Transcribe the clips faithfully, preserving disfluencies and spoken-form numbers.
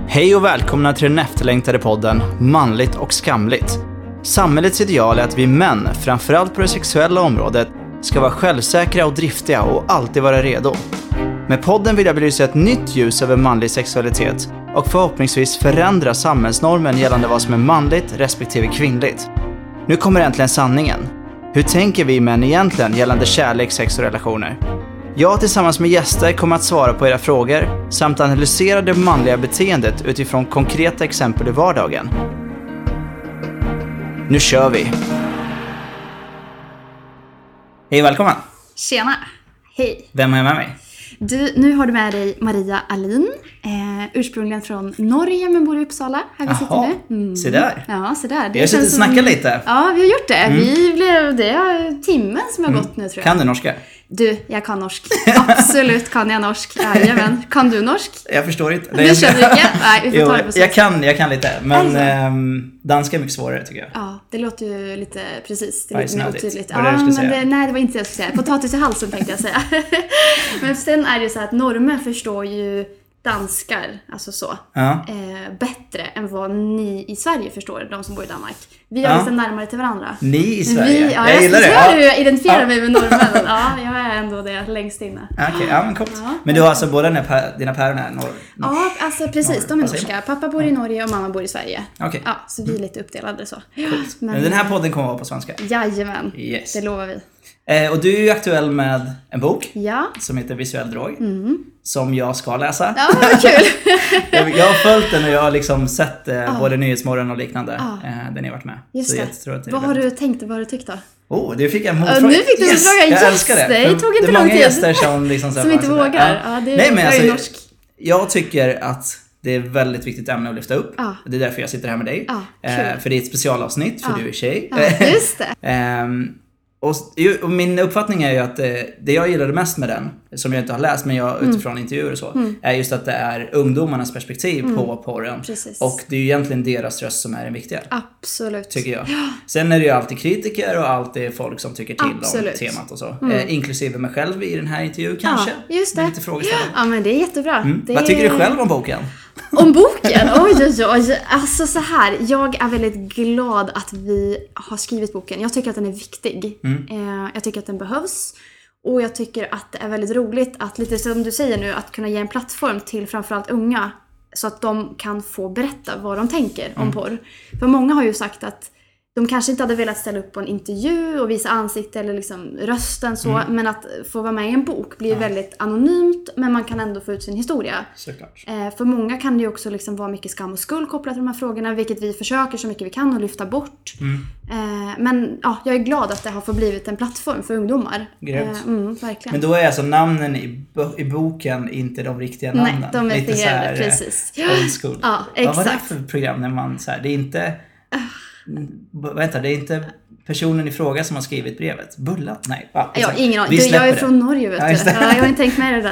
Hej och välkomna till den efterlängtade podden Manligt och skamligt. Samhällets ideal är att vi män, framförallt på det sexuella området, ska vara självsäkra och driftiga och alltid vara redo. Med podden vill jag belysa ett nytt ljus över manlig sexualitet och förhoppningsvis förändra samhällsnormen gällande vad som är manligt respektive kvinnligt. Nu kommer äntligen sanningen. Hur tänker vi män egentligen gällande kärlek, sex och relationer? Jag tillsammans med gäster kommer att svara på era frågor samt analysera det manliga beteendet utifrån konkreta exempel i vardagen. Nu kör vi! Hej, välkommen! Tjena! Hej! Vem har jag med mig? Du, nu har du med dig Maria Alin, eh, ursprungligen från Norge men bor i Uppsala, här vi sitter nu. Mm. Se där. Ja, se där. Det vi har suttit och snackat som... lite. Ja, vi har gjort det. Mm. Vi blev, det är timmen som har mm. gått nu, tror jag. Kan du norska? Du, jag kan norsk. Absolut kan jag norsk. Jajamän. Kan du norsk? Jag förstår inte. Du känner inte? Nej, vi får jo, ta det på så. Jag kan, jag kan lite, men ähm, danska är mycket svårare tycker jag. Ja, det låter ju lite precis. Det är lite mer otydligt. Var det ja, det men säga? Det, nej, det var inte det jag skulle säga. Potatis i halsen tänkte jag säga. Men sen är det ju så att norrmän förstår ju danskar, alltså så, ja. eh, bättre än vad ni i Sverige förstår, de som bor i Danmark. Vi är ja. lite närmare till varandra. Ni i Sverige? Vi, ja, jag, jag gillar det. Jag tror ja. du identifierar ja. mig med norrmännen. Ja, jag är ändå det längst inne. Okej, okay, ja men coolt. Ja, ja. Men du har alltså båda dina, dina päron är norr? Ja, alltså precis, norr. de är norska. Pappa bor i Norge och mamma bor i Sverige. Okay. Ja, så vi är lite uppdelade så. Coolt. Men, men den här podden kommer att vara på svenska? Jajamän, yes. Det lovar vi. Eh, och du är ju aktuell med en bok ja. som heter Visuell drog. Mm. Som jag ska läsa. Ja, vad kul! jag, jag har följt den och jag har liksom sett eh, ah. både Nyhetsmorgon och liknande. Ah. Eh, den har varit med. Just så det. jag tror att det vad har du tänkt och vad har du tyckt då? Oh, du fick en motfråga. Uh, nu fick du en yes, fråga. Jag yes, älskar det. Det tog inte det är lång många tid. gäster som liksom som inte vågar. Ja. Ja, det är, Nej, men jag alltså, är norsk. Jag tycker att det är ett väldigt viktigt ämne att lyfta upp. Ah. Det är därför jag sitter här med dig. Ah, eh, för det är ett specialavsnitt för ah. du är tjej. Ah, just det. um, Och, och min uppfattning är ju att det, det jag gillade mest med den, som jag inte har läst men jag utifrån mm. intervjuer och så, mm. är just att det är ungdomarnas perspektiv mm. på porren. Precis. Och det är ju egentligen deras röst som är den viktiga. Absolut. Tycker jag. Ja. Sen är det ju alltid kritiker och alltid folk som tycker till Absolut. om temat och så. Mm. Eh, inklusive mig själv i den här intervjun kanske. Ja, just det. Lite frågeställning. Ja, men det är jättebra. Mm. Det Vad tycker är... du själv om boken? Om boken? Oj, oj, oj. Alltså så här, jag är väldigt glad att vi har skrivit boken. Jag tycker att den är viktig. Mm. Eh, jag tycker att den behövs. Och jag tycker att det är väldigt roligt att, lite som du säger nu, att kunna ge en plattform till framförallt unga. Så att de kan få berätta vad de tänker om mm. porr. För många har ju sagt att de kanske inte hade velat ställa upp på en intervju och visa ansikte eller liksom rösten så. Mm. Men att få vara med i en bok blir ja. väldigt anonymt. Men man kan ändå få ut sin historia. Såklart. Eh, för många kan det ju också liksom vara mycket skam och skuld kopplat till de här frågorna. Vilket vi försöker så mycket vi kan att lyfta bort. Mm. Eh, men ja, jag är glad att det har blivit en plattform för ungdomar. Grymt. Eh, mm, verkligen. Men då är alltså namnen i, i boken inte de riktiga namnen. Nej, de är lite fingrade, precis. Old school. Ja, exakt. Vad var det för program när man så här, det är inte... Vänta, det är inte personen i fråga som har skrivit brevet. Bullan? Nej. Ja, jag har ingen aning. Jag är från Norge, vet du. Ja, ja, jag har inte tänkt med det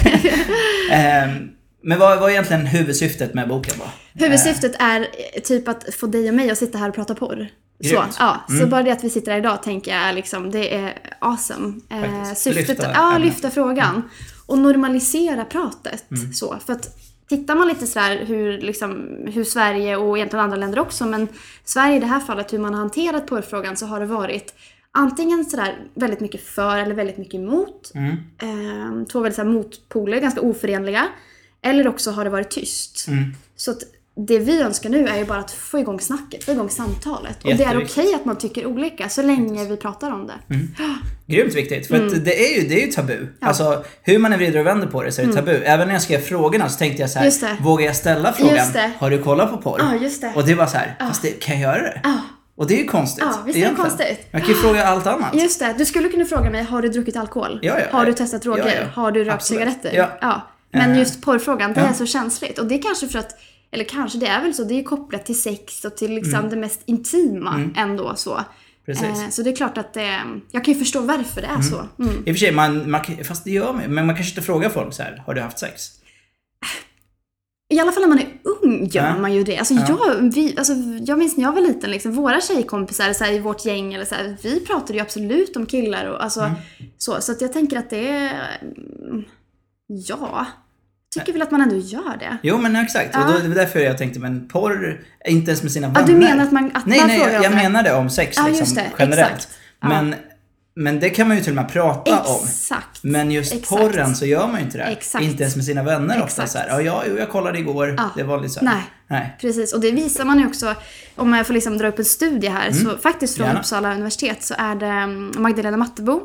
där. um, men vad var egentligen huvudsyftet med boken då? Huvudsyftet är typ att få dig och mig att sitta här och prata porr. Så, ja, mm. så bara det att vi sitter här idag tänker jag är liksom, det är awesome. Eh, syftet, lyfta, ja, lyfta frågan. Mm. Och normalisera pratet. Mm. Så, för att tittar man lite sådär hur, liksom, hur Sverige och egentligen andra länder också, men Sverige i det här fallet, hur man har hanterat porrfrågan, så har det varit antingen sådär väldigt mycket för eller väldigt mycket emot. Mm. Eh, två väldigt sådär motpoler, ganska oförenliga. Eller också har det varit tyst. Mm. Så att det vi önskar nu är ju bara att få igång snacket, få igång samtalet. Och det är okej att man tycker olika så länge vi pratar om det. Mm. Grymt viktigt, för mm. att det är ju, det är ju tabu. Ja. Alltså hur man är vrider och vänder på det så är det mm. tabu. Även när jag skrev frågorna så tänkte jag så här: vågar jag ställa frågan, har du kollat på porr? Ja, just det. Och det var så här, ja. fast det, kan jag göra det? Ja. Och det är ju konstigt. Ja, visst är det konstigt. Man kan ju fråga allt annat. Just det, du skulle kunna fråga mig, har du druckit alkohol? Ja, ja, har du testat droger? Ja, ja. Har du rökt Absolut. cigaretter? Ja. ja. Men just porrfrågan, det ja. är så känsligt. Och det är kanske för att, eller kanske det är väl så, det är kopplat till sex och till liksom mm. det mest intima mm. ändå så. Eh, så det är klart att det, jag kan ju förstå varför det är mm. så. Mm. I och för sig, man, man, fast det gör man, men man kanske inte frågar folk så här: har du haft sex? I alla fall när man är ung gör ja. man ju det. Alltså, ja. jag, vi, alltså, jag minns när jag var liten, liksom, våra tjejkompisar så här, i vårt gäng, eller så här, vi pratade ju absolut om killar. Och, alltså, mm. så, så att jag tänker att det är... Ja... tycker väl att man ändå gör det. Jo, men exakt. Ja. Och då, det var därför jag tänkte, men porr är inte ens med sina vänner. Ja, du menar att man, att nej, man nej, frågar jag, jag om det? menade om sex ja, liksom, det, generellt. Exakt. Ja. Men, men det kan man ju till och med prata exakt. om. Men just exakt. porren så gör man ju inte det. Exakt. Inte ens med sina vänner exakt. ofta. Så här, ja, jag, jag kollade igår, ja. Det var lite så här. Nej. Nej, precis. Och det visar man ju också, om jag får liksom dra upp en studie här, mm. så faktiskt från Gärna. Uppsala universitet så är det Magdalena Mattebo,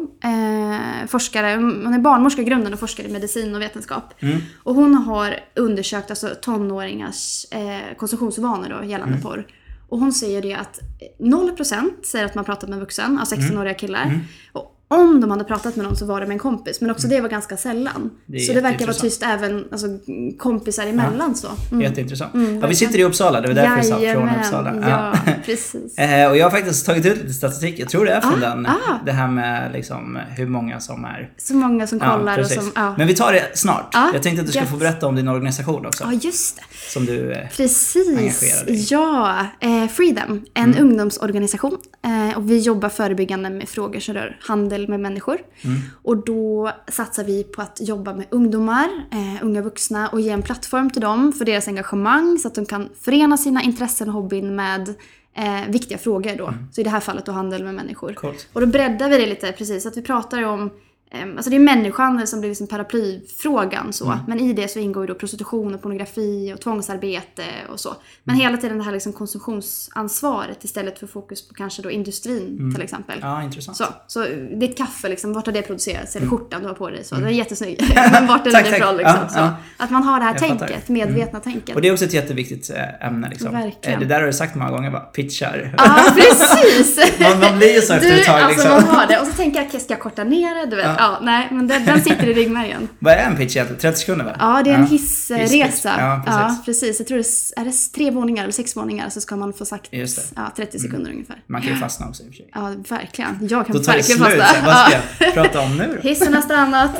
eh, forskare, hon är barnmorska i grunden och forskare i medicin och vetenskap. Mm. Och hon har undersökt alltså tonåringars eh, konsumtionsvanor då, gällande mm. porr. Och hon säger det att noll procent säger att man pratat med en vuxen, alltså sexton-åriga killar. Mm. Och om de hade pratat med någon så var det med en kompis. Men också det var ganska sällan. Det så det verkar vara tyst även alltså, kompisar emellan. Ja. Så. Mm. Jätteintressant. Mm, ja, vi sitter i Uppsala, det var därför jag sa från Uppsala. Ja, ja. Precis. eh, och jag har faktiskt tagit ut lite statistik. Jag tror det är från ah, den. Ah. Det här med liksom, hur många som är... Så många som kollar. Ja, och som, ah. Men vi tar det snart. Ah, jag tänkte att du ska yes. få berätta om din organisation också. Ja, just det. Som du eh, Precis. Ja, eh, Freedom. En mm. ungdomsorganisation. Eh, och vi jobbar förebyggande med frågor som rör handel med människor. Mm. Och då satsar vi på att jobba med ungdomar, eh, unga vuxna och ge en plattform till dem för deras engagemang så att de kan förena sina intressen och hobbyn med eh, viktiga frågor då. Mm. Så i det här fallet då handel med människor. Coolt. Och då breddar vi det lite precis, att vi pratar om alltså det är människohandel som blir liksom paraplyfrågan så. Mm. Men i det så ingår ju då prostitution och pornografi och tvångsarbete och så. Men mm. hela tiden det här liksom konsumtionsansvaret istället för fokus på kanske då industrin mm. till exempel. Ja, intressant. Så, så ditt kaffe liksom, vart har det producerats? Eller skjortan du har på dig? Så. Mm. Det är jättesnygg. Men vart är det ifrån liksom? Ja, så. Ja. Att man har det här jag tänket, fattar. Medvetna mm. tänket. Och det är också ett jätteviktigt ämne liksom. Verkligen. Det där har du sagt många gånger, bara pitchar. Ja, precis. man, man blir ju så efter ett tag liksom. Alltså man har det. Och så tänker jag, ska jag korta ner det? Du vet. Ja. Ja, nej, men den, den sitter i ryggmärgen. Vad är en pitch egentligen? trettio sekunder va? Ja, det är en ja. hissresa. Ja, precis. Ja, precis. Jag tror det är, är det tre våningar eller sex våningar så ska man få sagt ja, trettio sekunder mm. ungefär. Man kan ju fastna också i och för sig. Ja, verkligen. Jag kan då tar verkligen det slut. fastna. Vad ska jag prata om nu då? Hissen har stannat.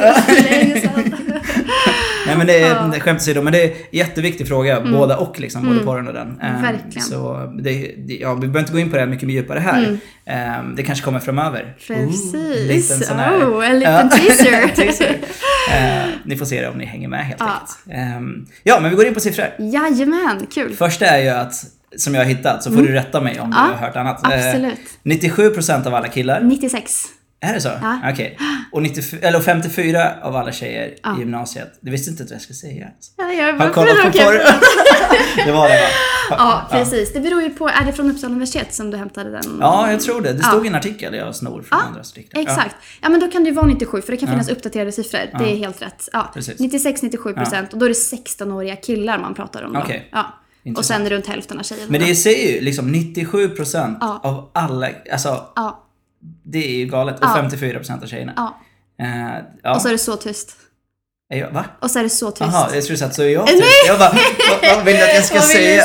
Nej, men det är ja. skämt åsido, men det är en jätteviktig fråga, mm. båda och liksom, både mm. porren och den. Um, verkligen. Så det, det, ja, vi behöver inte gå in på det här mycket djupare här. Mm. Um, det kanske kommer framöver. Precis. Uh, liten sån här, oh, en liten teaser. teaser. Uh, ni får se det om ni hänger med helt ja. enkelt. Um, ja, men vi går in på siffror. Jajamän, kul. Första är ju att, som jag har hittat, så får mm. du rätta mig om ja. du har hört annat. Absolut. Uh, nittiosju procent av alla killar. nittiosex. Är det så? Ja. Okej. Okay. Och nittiofyra, eller femtiofyra av alla tjejer ja. i gymnasiet. Det visste inte att jag skulle säga. Ja, jag har kollat på porr. Det var det va? Ja, precis. Det beror ju på, är det från Uppsala universitet som du hämtade den? Ja, jag tror det. Det stod i ja. en artikel jag snor från ja, andra artiklar. Exakt. Ja, men då kan det ju vara nittiosju för det kan finnas ja. uppdaterade siffror. Det är helt rätt. Ja. nittiosex till nittiosju procent ja. och då är det sexton-åriga killar man pratar om då. Okay. Ja. Och sen runt hälften av tjejerna. Men det säger ju liksom nittiosju procent ja. av alla, alltså ja. det är ju galet. Och ja. femtiofyra procent av tjejerna. Ja. Uh, ja. Och så är det så tyst. Jag, va? Och så är det så tyst. Jaha, jag tror att så är jag tyst. Jag bara, vad, vad vill du att jag ska säga?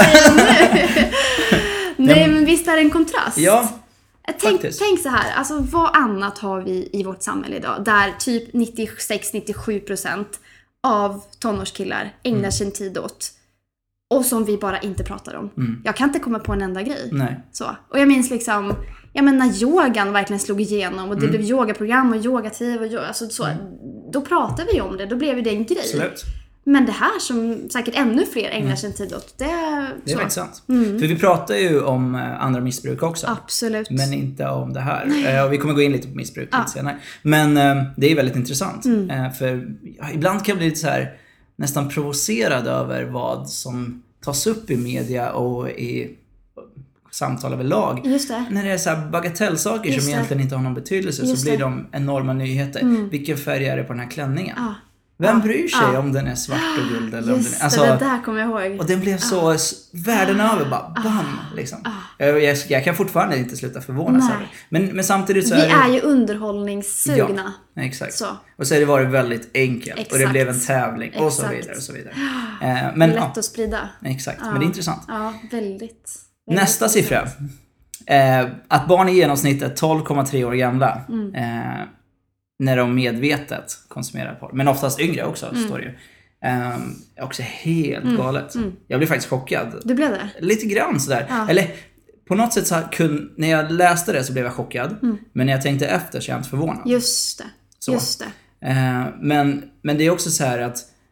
Nej, men visst är det en kontrast? Ja, tänk, tänk så här, alltså vad annat har vi i vårt samhälle idag? Där typ nittiosex till nittiosju procent av tonårskillar ägnar mm. sin tid åt. Och som vi bara inte pratar om. Mm. Jag kan inte komma på en enda grej. Nej. Så. Och jag minns liksom, jag menar när yogan verkligen slog igenom och det mm. blev yogaprogram och yogativ och yoga, alltså så, mm. då pratade vi om det, då blev det en grej. Absolut. Men det här som säkert ännu fler ägnar mm. sin tid åt, det är Det är faktiskt sant. Mm. För vi pratar ju om andra missbruk också. Absolut. Men inte om det här. Och vi kommer gå in lite på missbruk ja. lite senare. Men det är väldigt intressant. Mm. För ja, ibland kan jag bli lite så här nästan provocerad över vad som tas upp i media och i samtal överlag. Just det. När det är så här bagatellsaker Just som det. egentligen inte har någon betydelse Just så blir det. de enorma nyheter. Mm. Vilken färg är det på den här klänningen? Ah. Vem ah. bryr sig ah. om den är svart och guld? Eller Just om den är, alltså, det, det där kommer jag ihåg. Och den blev så ah. världen ah. över, bara bam. Liksom. Ah. Jag, jag, jag kan fortfarande inte sluta förvånas över det. Men, men samtidigt så Vi är det... är ju underhållningssugna. Ja, exakt. Så. Och så har det varit väldigt enkelt. Exakt. Och det blev en tävling. Och exakt. så vidare och så vidare. Eh, men, lätt ja. att sprida. Exakt, ja. men det är intressant. Ja, väldigt. väldigt Nästa siffra. Eh, att barn i genomsnitt är tolv komma tre år gamla. Mm. Eh, när de medvetet konsumerar porr. Men oftast yngre också, mm. står det ju. Um, också helt mm. galet. Mm. Jag blev faktiskt chockad. Du blev det? Lite grann sådär. Ja. Eller på något sätt så kun, när jag läste det så blev jag chockad. Mm. Men när jag tänkte efter så är jag inte förvånad. Just det. Så. Just det. Uh, men, men det är också så här att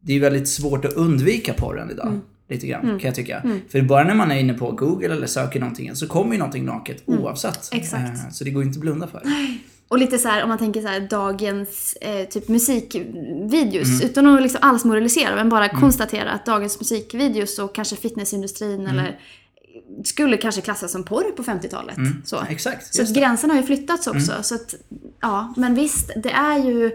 det är väldigt svårt att undvika porren idag. Mm. Lite grann mm. kan jag tycka. Mm. För bara när man är inne på Google eller söker någonting så kommer ju någonting naket mm. oavsett. Exakt. Så det går inte att blunda för. Nej. Och lite så här, om man tänker så här, dagens eh, typ musikvideos, mm. utan att liksom alls moralisera, men bara mm. konstatera att dagens musikvideos och kanske fitnessindustrin mm. eller skulle kanske klassas som porr på femtiotalet. Mm. Så, Exakt, så att gränserna har ju flyttats också. Mm. Så att, ja, men visst, det är ju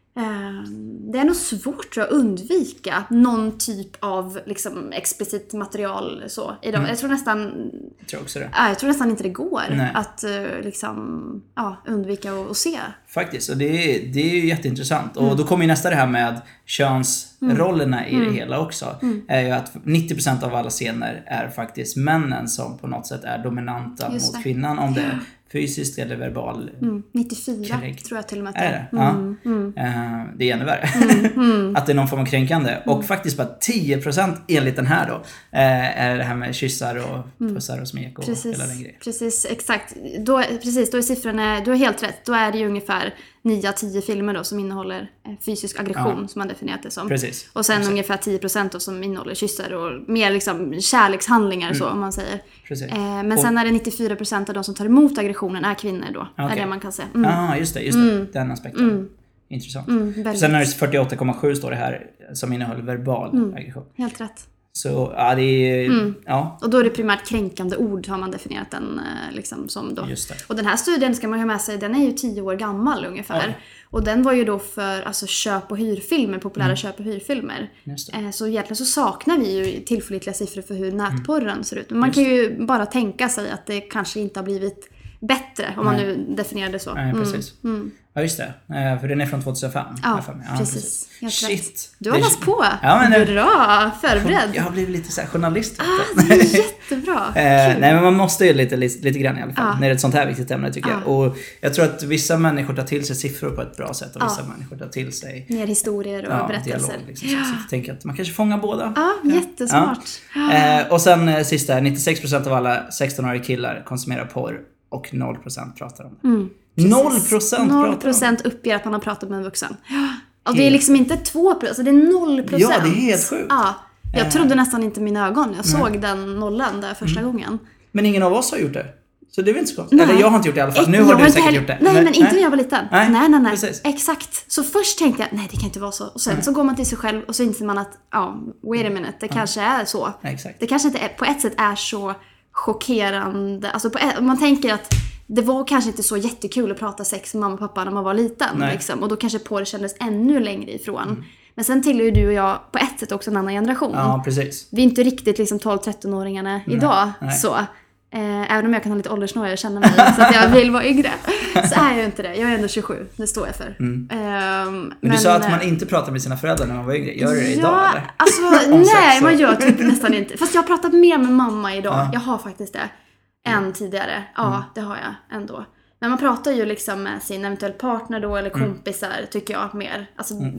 eh, det är nog svårt att undvika någon typ av liksom, explicit material så idag. Mm. Jag tror nästan jag tror också det. Ja, jag tror nästan inte det går Nej. att liksom, ja, undvika att se. Faktiskt, och det är, det är ju jätteintressant. Mm. Och då kommer ju nästa det här med könsrollerna mm. i det hela också. Mm. Är ju att nittio procent av alla scener är faktiskt männen som på något sätt är dominanta Just mot det. kvinnan. Om det är fysiskt eller verbal. Mm. nittiofyra kränkt. Tror jag till och med. Är det? Mm. Ja. Mm. Uh, det är ännu värre. Mm. Mm. Att det är någon form av kränkande. Mm. Och faktiskt bara tio procent enligt den här då. Uh, är det här med kyssar och pussar och smek och precis. hela den grejen. Precis, exakt. Då, precis, då är siffrorna, du har helt rätt. Då är det ju ungefär nio av tio filmer då som innehåller fysisk aggression ja. som man definierat det som. Precis. Och sen Precis. ungefär tio procent då som innehåller kyssar och mer liksom kärlekshandlingar mm. så om man säger. Precis. Eh, men och, sen är det nittiofyra procent av de som tar emot aggressionen är kvinnor då. Okay. Är det man kan säga. Ja, mm. ah, just det, just det. Mm. Den aspekten. Mm. Intressant. Mm, sen är det fyrtioåtta komma sju står det här som innehåller verbal mm. aggression. Helt rätt. Så ja, det är mm. ja. Och då är det primärt kränkande ord har man definierat den liksom som då. Just det. Och den här studien ska man ha med sig, den är ju tio år gammal ungefär. Oj. Och den var ju då för alltså köp- och hyrfilmer, populära mm. köp- och hyrfilmer. Så egentligen så saknar vi ju tillförlitliga siffror för hur nätporren mm. ser ut. Men man Just. kan ju bara tänka sig att det kanske inte har blivit bättre om Nej. man nu definierar det så. Nej, precis. Mm. Mm. Ja, just det. För den är från tjugohundrafem. Ja, ja precis. Shit. Du har läst på. Ja, men, Bra, förberedd. Jag har blivit lite så här journalist. Ah, det är jättebra. eh, nej, men man måste ju lite, lite, lite grann i alla fall. Ah. När det är ett sånt här viktigt ämne tycker ah. jag. Och jag tror att vissa människor tar till sig siffror på ett bra sätt. Och vissa ah. människor tar till sig mer historier och ja, berättelser. Dialog, liksom, ja. Så jag tänker att man kanske fångar båda. Ja, ah, jättesmart. Ja. Eh, och sen eh, sista, nittiosex procent av alla sexton-åriga killar konsumerar porr. Och noll procent pratar om det. Mm, noll procent pratar noll procent uppger att man har pratat med en vuxen. Och det är liksom inte två procent, alltså det är noll procent. Ja, det är helt sjukt. Ja, jag trodde nästan inte mina ögon. Jag såg Nej. den nollan där första mm. gången. Men ingen av oss har gjort det. Så det är väl inte så konstigt. Eller jag har inte gjort det i alla fall. Nu jag har du säkert heller... gjort det. Nej, men, men inte när jag var liten. Nej, nej, nej. nej. Precis. Exakt. Så först tänkte jag, nej det kan inte vara så. Och sen nej. så går man till sig själv och så inser man att, ja, wait a minute, det ja. kanske är så. Nej, exakt. Det kanske inte är, på ett sätt är så chockerande. Alltså på ett, man tänker att det var kanske inte så jättekul att prata sex med mamma och pappa när man var liten. Liksom. Och då kanske porr kändes ännu längre ifrån. Mm. Men sen tillhör ju du och jag på ett sätt också en annan generation. Ja, precis. Vi är inte riktigt liksom tolv-tretton-åringarna idag. Nej. Så. Eh, även om jag kan ha lite åldersnöja och känna mig så att jag vill vara yngre. Så är jag inte det. Jag är ändå tjugosju. Det står jag för. Mm. Eh, men, men du sa att man inte pratar med sina föräldrar när man var yngre. Gör du det ja, idag eller? Alltså, nej, man gör typ nästan inte. Fast jag har pratat mer med mamma idag. Ja. Jag har faktiskt det. Än tidigare. Ja, mm. det har jag ändå. Men man pratar ju liksom med sin eventuell partner då. Eller kompisar, mm. tycker jag, mer. Alltså, mm.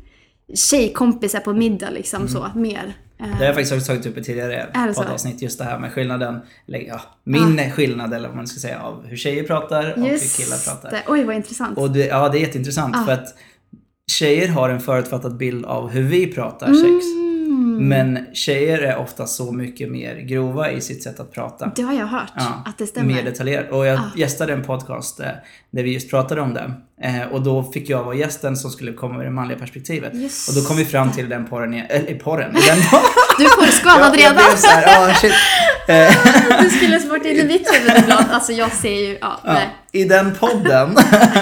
tjejkompisar på middag liksom mm. så, mer. Det har jag faktiskt också tagit upp i tidigare poddavsnitt, just det här med skillnaden, eller ja, min ah. skillnad eller vad man ska säga av hur tjejer pratar och just hur killar pratar. Det. Oj, vad intressant. Och det, ja, det är jätteintressant ah. för att tjejer har en förutfattad bild av hur vi pratar mm. sex. Men tjejer är ofta så mycket mer grova i sitt sätt att prata. Det har jag hört, ja, att det stämmer. Mer detaljerat. Och jag ah. gästade en podcast där vi just pratade om det. Och då fick jag vara gästen som skulle komma med det manliga perspektivet. Just och då kom vi fram till den porren, eller porren. Den du får skadad redan. Jag blev så här, oh, shit. Du skulle ha varit inne i mitt huvud ibland. Alltså jag ser ju, ja, ja i den podden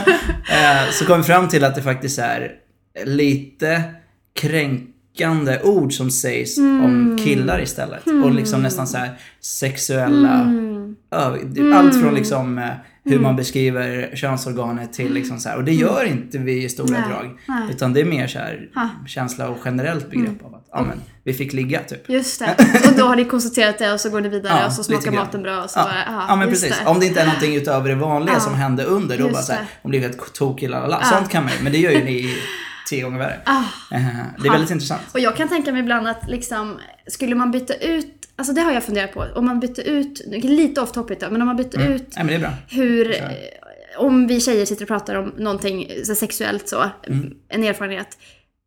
så kom vi fram till att det faktiskt är lite kränkt ord som sägs mm. om killar istället. Mm. Och liksom nästan så här sexuella mm. ö- allt från liksom eh, hur mm. man beskriver könsorganet till liksom så här. Och det gör inte vi i stora nej. drag. Nej. Utan det är mer så här ha. känsla och generellt begrepp mm. av att ja, men, vi fick ligga typ. Just det. Och då har ni konsulterat det och så går ni vidare ja, och så smakar maten bra och så ja. Bara, aha, ja men precis. Det. Om det inte är någonting utöver det vanliga ja. som hände under då bara så här, om det är helt tokig lalala. Ja. Sånt kan man ju, men det gör ju ni tio gånger värre. Ah, det är väldigt intressant. Och jag kan tänka mig ibland att liksom, skulle man byta ut, alltså det har jag funderat på, om man byter ut, lite off topic då, men om man byter mm. ut ja, men det är bra. hur, om vi tjejer sitter och pratar om någonting så sexuellt så, mm. en erfarenhet,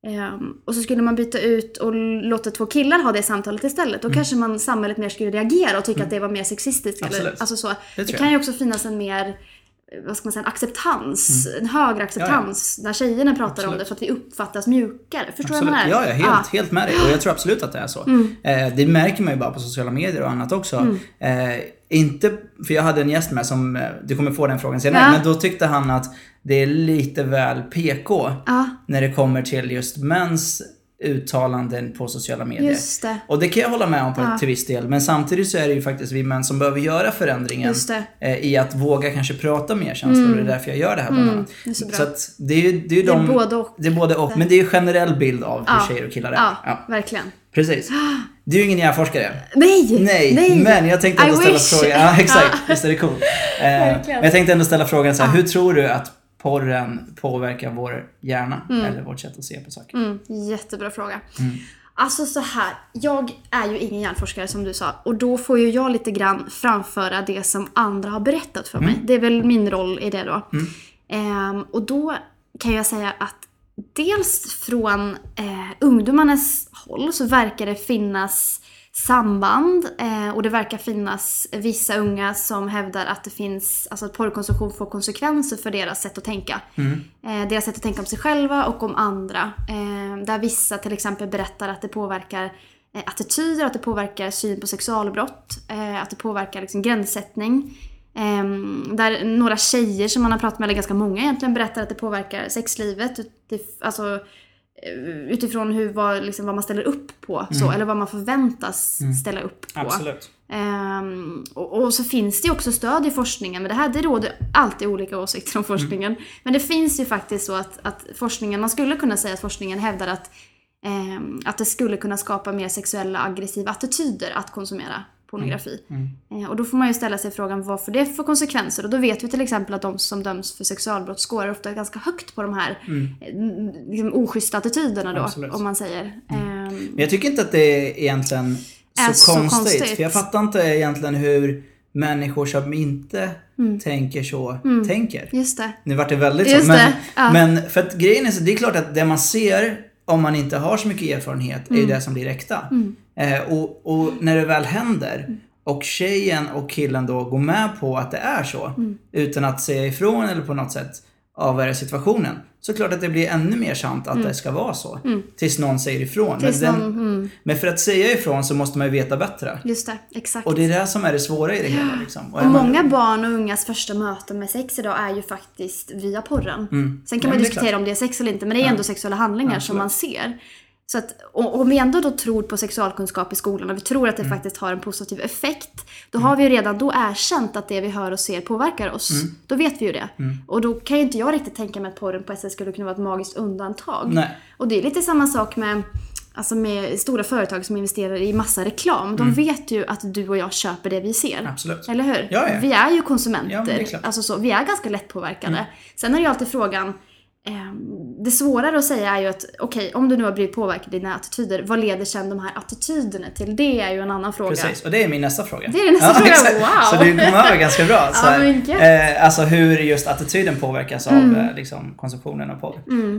Um, och så skulle man byta ut och låta två killar ha det samtalet istället. Då mm. kanske man samhället mer skulle reagera och tycka mm. att det var mer sexistiskt. Eller, alltså så. Det, det kan ju också finnas en mer, vad ska man säga, en acceptans, mm. en högre acceptans ja, ja. när tjejerna pratar absolut. om det för att vi uppfattas mjukare. Förstår du vad jag menar? Ja, ja, helt, ah. helt med dig. Och jag tror absolut att det är så. Mm. Eh, det märker man ju bara på sociala medier och annat också. Mm. Eh, inte, för jag hade en gäst med som, du kommer få den frågan senare, ja. men då tyckte han att det är lite väl P K ja. när det kommer till just mäns uttalanden på sociala medier. Just det. Och det kan jag hålla med om på ja. till viss del. Men samtidigt så är det ju faktiskt vi män som behöver göra förändringen eh, i att våga kanske prata mer känslor. Mm. Det är därför jag gör det här bland annat. Mm, så, så att det är ju det är, de, det är både och. Det är både och. Men det är ju en generell bild av hur ja. tjejer och killar är. Ja, ja. verkligen. Precis. Du är ju ingen hjärnforskare. Nej, nej, nej. Men jag tänkte ändå ställa frågan. Ja, exakt. Visst är det cool. Eh, jag tänkte ändå ställa frågan så här. Ja. Hur tror du att porren påverkar vår hjärna mm. eller vårt sätt att se på saker? Mm. Jättebra fråga. Mm. Alltså så här, jag är ju ingen hjärnforskare som du sa, och då får ju jag lite grann framföra det som andra har berättat för mm. mig. Det är väl min roll i det då. Mm. Ehm, och då kan jag säga att dels från eh, ungdomarnas håll så verkar det finnas samband eh, och det verkar finnas vissa unga som hävdar att det finns, alltså att porrkonsumtion får konsekvenser för deras sätt att tänka. Mm. Eh, deras sätt att tänka om sig själva och om andra. Eh, där vissa till exempel berättar att det påverkar eh, attityder, att det påverkar syn på sexualbrott, eh, att det påverkar liksom gränssättning. Eh, där några tjejer som man har pratat med, eller ganska många egentligen, berättar att det påverkar sexlivet. Det, alltså utifrån hur, vad, liksom, vad man ställer upp på mm. så, eller vad man förväntas mm. ställa upp på. Absolut. Um, och, och så finns det ju också stöd i forskningen, men det här det råder alltid olika åsikter om forskningen. Mm. Men det finns ju faktiskt så att, att forskningen, man skulle kunna säga att forskningen hävdar att, um, att det skulle kunna skapa mer sexuella aggressiva attityder att konsumera pornografi. Mm. Mm. Och då får man ju ställa sig frågan vad får det för konsekvenser. Och då vet vi till exempel att de som döms för sexualbrott skårar ofta ganska högt på de här mm. liksom, oschyssta attityderna då. Absolut. Om man säger. Mm. Um, Men jag tycker inte att det är egentligen så, är så konstigt, konstigt. För jag fattar inte egentligen hur människor som inte mm. tänker så mm. tänker. Just det. Nu vart det väldigt Just så. Men, ja. men för att grejen är så, det är klart att det man ser om man inte har så mycket erfarenhet mm. är ju det som blir äkta. Mm. Eh, och, och när det väl händer mm. och tjejen och killen då går med på att det är så mm. utan att säga ifrån eller på något sätt avvärja situationen, så klart att det blir ännu mer sant att mm. det ska vara så. Mm. Tills någon säger ifrån. Men, den, någon, mm. men för att säga ifrån så måste man ju veta bättre. Just det, exakt. Och det är det som är det svåra i det hela. Liksom. Och, och många man... barn och ungas första möten med sex idag är ju faktiskt via porren. Mm. Sen kan ja, man diskutera klart. om det är sex eller inte, men det är ja. ändå sexuella handlingar ja, som man ser. Så att, och om vi ändå då tror på sexualkunskap i skolan och vi tror att det mm. faktiskt har en positiv effekt, då mm. har vi ju redan då erkänt att det vi hör och ser påverkar oss. Mm. Då vet vi ju det. Mm. Och då kan ju inte jag riktigt tänka mig att porren på ett sätt skulle kunna vara ett magiskt undantag. Nej. Och det är lite samma sak med, alltså med stora företag som investerar i massa reklam. De mm. vet ju att du och jag köper det vi ser. Absolut. Eller hur? Ja, ja. Vi är ju konsumenter. Ja, alltså så, vi är ganska lättpåverkade. Mm. Sen är det ju alltid frågan, det svårare att säga är ju att okej, okay, om du nu har blivit påverkad i dina attityder, vad leder sedan de här attityderna till? Det är ju en annan fråga. Precis, och det är min nästa fråga. Det är din nästa ja, fråga, wow! Så du kommer över ganska bra. Så här, ja, eh, alltså hur just attityden påverkas mm. av liksom, konsumtionen av porr. Mm.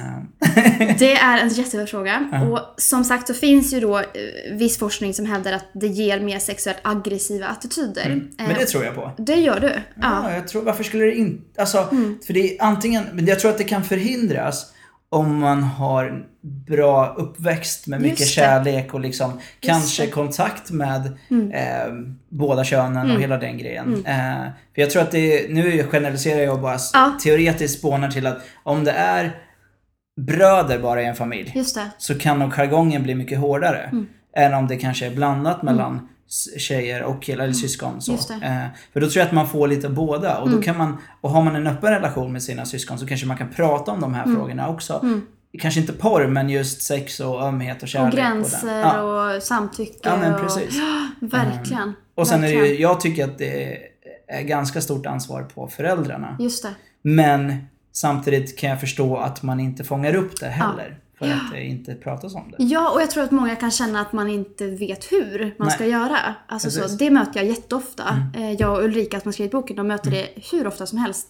Uh. Det är en jättebra fråga. Uh. Och som sagt så finns ju då uh, viss forskning som hävdar att det ger mer sexuellt aggressiva attityder. Mm. Men det uh, tror jag på. Det gör du? Ja, ja. Jag tror, varför skulle det inte... Alltså, mm. för det är antingen... Men jag tror att det kan förhindras om man har bra uppväxt med mycket kärlek och liksom kanske kontakt med mm. eh, båda könen mm. och hela den grejen. Mm. Eh, för jag tror att det, nu generaliserar jag bara ja. teoretiskt spånar till att om det är bröder bara i en familj Just det. så kan nog jargongen bli mycket hårdare mm. än om det kanske är blandat mm. mellan tjejer och killar eller syskon så. Eh, för då tror jag att man får lite båda och mm. då kan man, och har man en öppen relation med sina syskon så kanske man kan prata om de här mm. frågorna också. Mm. Kanske inte porr, men just sex och ömhet och kärlek. Och gränser och, ja. och samtycke. Ja, men precis. Och, verkligen. Mm. Och sen verkligen. är det ju, jag tycker att det är ganska stort ansvar på föräldrarna. Just det. Men samtidigt kan jag förstå att man inte fångar upp det heller. Ja. För att det inte pratas om det. Ja, och jag tror att många kan känna att man inte vet hur man Nej. ska göra. Alltså så, det möter jag jätteofta. Mm. Jag och Ulrika som har skrivit boken, de möter mm. det hur ofta som helst.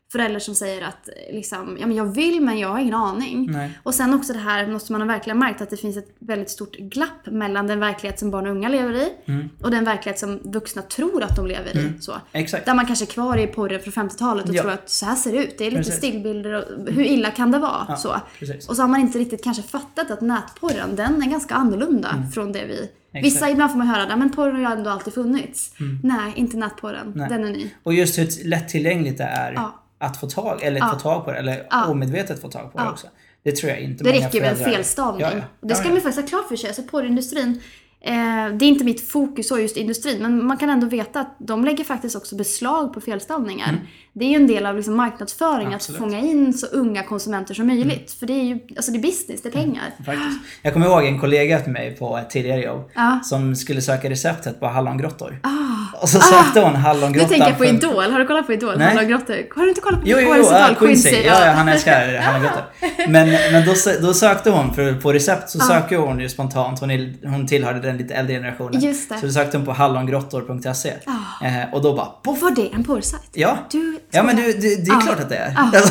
föräldrar som säger att liksom, ja, men jag vill men jag har ingen aning. Nej. Och sen också det här måste man ha verkligen märkt att det finns ett väldigt stort glapp mellan den verklighet som barn och unga lever i mm. och den verklighet som vuxna tror att de lever mm. i. Så. Exakt. Där man kanske är kvar i porren från femtiotalet och ja. tror att så här ser det ut. Det är lite precis. Stillbilder och hur illa kan det vara? Ja, så. Och så har man inte riktigt kanske fattat att nätporren, den är ganska annorlunda mm. från det vi... Exakt. Vissa ibland får man höra, men porren har ju ändå alltid funnits. Mm. Nej, inte nätporren. Nej. Den är ny. Och just hur lättillgängligt det är ja. att få tag, eller ja. få tag på det, eller ja. omedvetet få tag på ja. det också. Det tror jag inte det många räcker med en felstavning. Ja, ja. Ja, det ska ja. man faktiskt ha klart för sig. Alltså porrindustrin, eh, det är inte mitt fokus så just industrin, men man kan ändå veta att de lägger faktiskt också beslag på felstavningar. Mm. Det är ju en del av liksom marknadsföring Absolut. Att fånga in så unga konsumenter som möjligt. Mm. För det är ju alltså det är business, det är pengar. Mm, faktiskt. Jag kommer ihåg en kollega till mig på ett tidigare jobb ah. som skulle söka receptet på hallongrottor. Ah. Och så sökte ah. hon hallongrottan. Du tänker på från... Idol. Har du kollat på Idol? Nej. Hallongrottor. Har du inte kollat på jo, jo, jo, Idol? Quincy. Quincy. Ja, ja, han älskar hallongrottor. Men, men då, då sökte hon för, på recept så ah. söker hon ju spontant. Hon, är, hon tillhörde den lite äldre generationen. Just det. Så då sökte hon på hallongrottor punkt se. Ah. Eh, och då bara... Och var det en porrsajt? Ja. Du, ja, men du, du det är ah. klart att det är. Ah.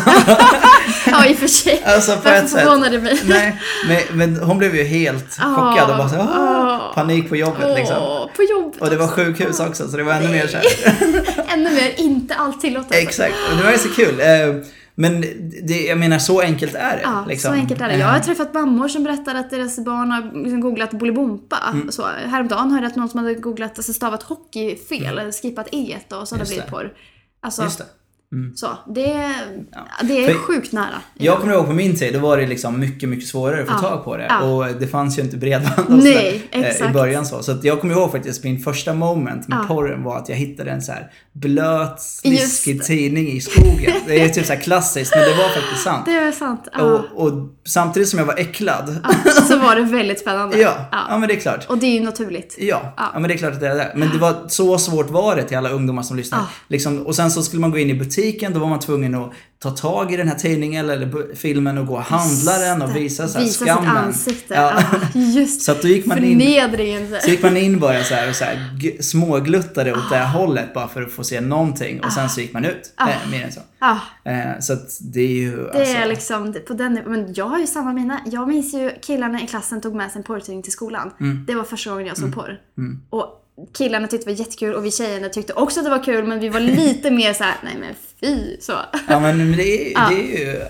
Ja, i och för sig. Alltså på ett sätt. Mig. Nej, men, men hon blev ju helt ah. chockad och bara så, oh, panik på jobbet oh, liksom. På jobbet. Och det var sjukhus också, så det var ännu mer så här. Ännu mer, inte allt tillåtet. Exakt, och det var ju så kul. Men det, jag menar, så enkelt är det. Ja, liksom. Så enkelt är det. Jag har träffat mammor som berättar att deras barn har liksom googlat Bolibompa. Mm. Så, häromdagen hörde jag att någon som hade googlat, alltså stavat hockey fel, mm. eller skippat e och så hade det blivit porr. Alltså, Just det. Mm. Så, det, ja. det är För sjukt nära. Jag kommer ihåg på min tid, då var det liksom mycket, mycket svårare att få ja. tag på det. Ja. Och det fanns ju inte bredband och Nej, så där, i början så. Så att jag kommer ihåg faktiskt, min första moment med ja. porren var att jag hittade en så här blöt, sliskig tidning i skogen. Det är typ så här klassiskt, men det var faktiskt sant. Det är sant. Ja. Och, och samtidigt som jag var äcklad. Ja, så var det väldigt spännande. ja, ja. ja, men det är klart. Och det är ju naturligt. Ja, ja. ja men det är klart att det är det. Men det var så svårt var det till alla ungdomar som lyssnade. Ja. Liksom, och sen så skulle man gå in i butiken, då var man tvungen att ta tag i den här tidningen eller filmen och gå och handla den och visa så här visa skammen. Sitt ansikte. Ja. Ja, just så att då gick man in, förnedringen. så gick man in bara så här och så här g- smågluttade åt ah. det här hållet bara för att få se någonting och ah. sen så gick man ut. Ah. Eh, mer än så. Ah. Eh, så att det är ju det alltså... är liksom på den, men jag har ju samma mina. Jag minns ju killarna i klassen tog med sig en porrtidning till skolan. Mm. Det var första gången jag såg mm. porr. Mm. Och killarna tyckte det var jättekul och vi tjejerna tyckte också att det var kul, men vi var lite mer så här: nej men fy så. Ja, men det är, ja. det är ju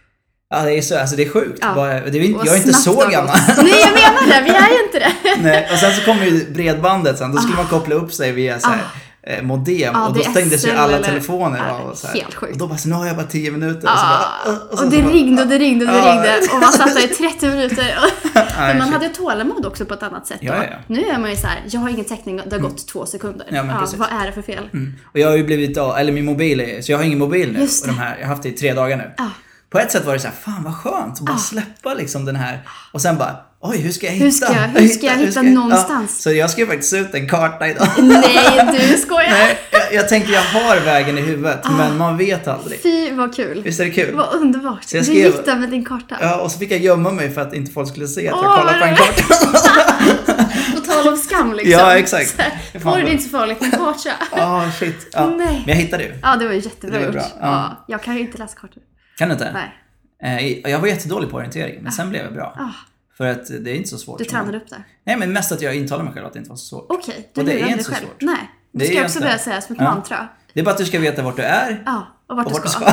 ja, det är så, alltså det är sjukt. Ja. Bara, det är inte, jag är inte så gammal. Nej, jag menar det, vi är ju inte det. Nej, och sen så kommer ju bredbandet sen, då skulle ah. man koppla upp sig via så här ah. modem ah, och då stängdes ju alla eller... telefoner ah, av och så här. Helt sjukt. Och då bara så nu har jag bara tio minuter ah. och så bara, och, och, så och det så bara, ringde och det ringde och det ah. ringde och man satt där i trettio minuter. Men man hade ju tålamod också på ett annat sätt. Ja, ja. Nu är man ju så här, jag har ingen täckning, det har gått mm. två sekunder. Ja, men ja, vad är det för fel? Mm. Och jag har ju blivit, eller min mobil är, så jag har ingen mobil nu. Och de här, jag har haft det i tre dagar nu. Ah. På ett sätt var det så här, fan vad skönt att bara ah. släppa liksom den här. Och sen bara, oj, hur ska jag hitta? Hur ska jag, hur ska jag hitta, hur ska jag, någonstans? Ja, så jag skrev faktiskt ut en karta idag. Nej, du skojar. Nej, jag, jag tänkte jag har vägen i huvudet, ah. men man vet aldrig. Fy, vad kul. Visst är det kul? Vad underbart. Så jag skrev, du gick där med din karta. Ja, och så fick jag gömma mig för att inte folk skulle se att jag oh, kollade på en karta. På tal om skam liksom. Ja, exakt. Får det inte så farligt med karta? Ja, oh, shit. Ja. Nej. Men jag hittade ju. Ja, det var ju jättebra. Det var bra. Ja. Ja, jag kan ju inte läsa kartor. Kan du inte? Nej. Jag var jättedålig på orientering, men ah. sen blev jag bra. Ah. För att det är inte så svårt. Du tränade upp det? Nej, men mest att jag intalar mig själv att det inte var så svårt. Okej, okay, du och det är inte så själv. Svårt. Nej, det ska jag också börja säga som ett ja. mantra. Det är bara att du ska veta vart du är. Ja, och vart, och vart du ska. ska.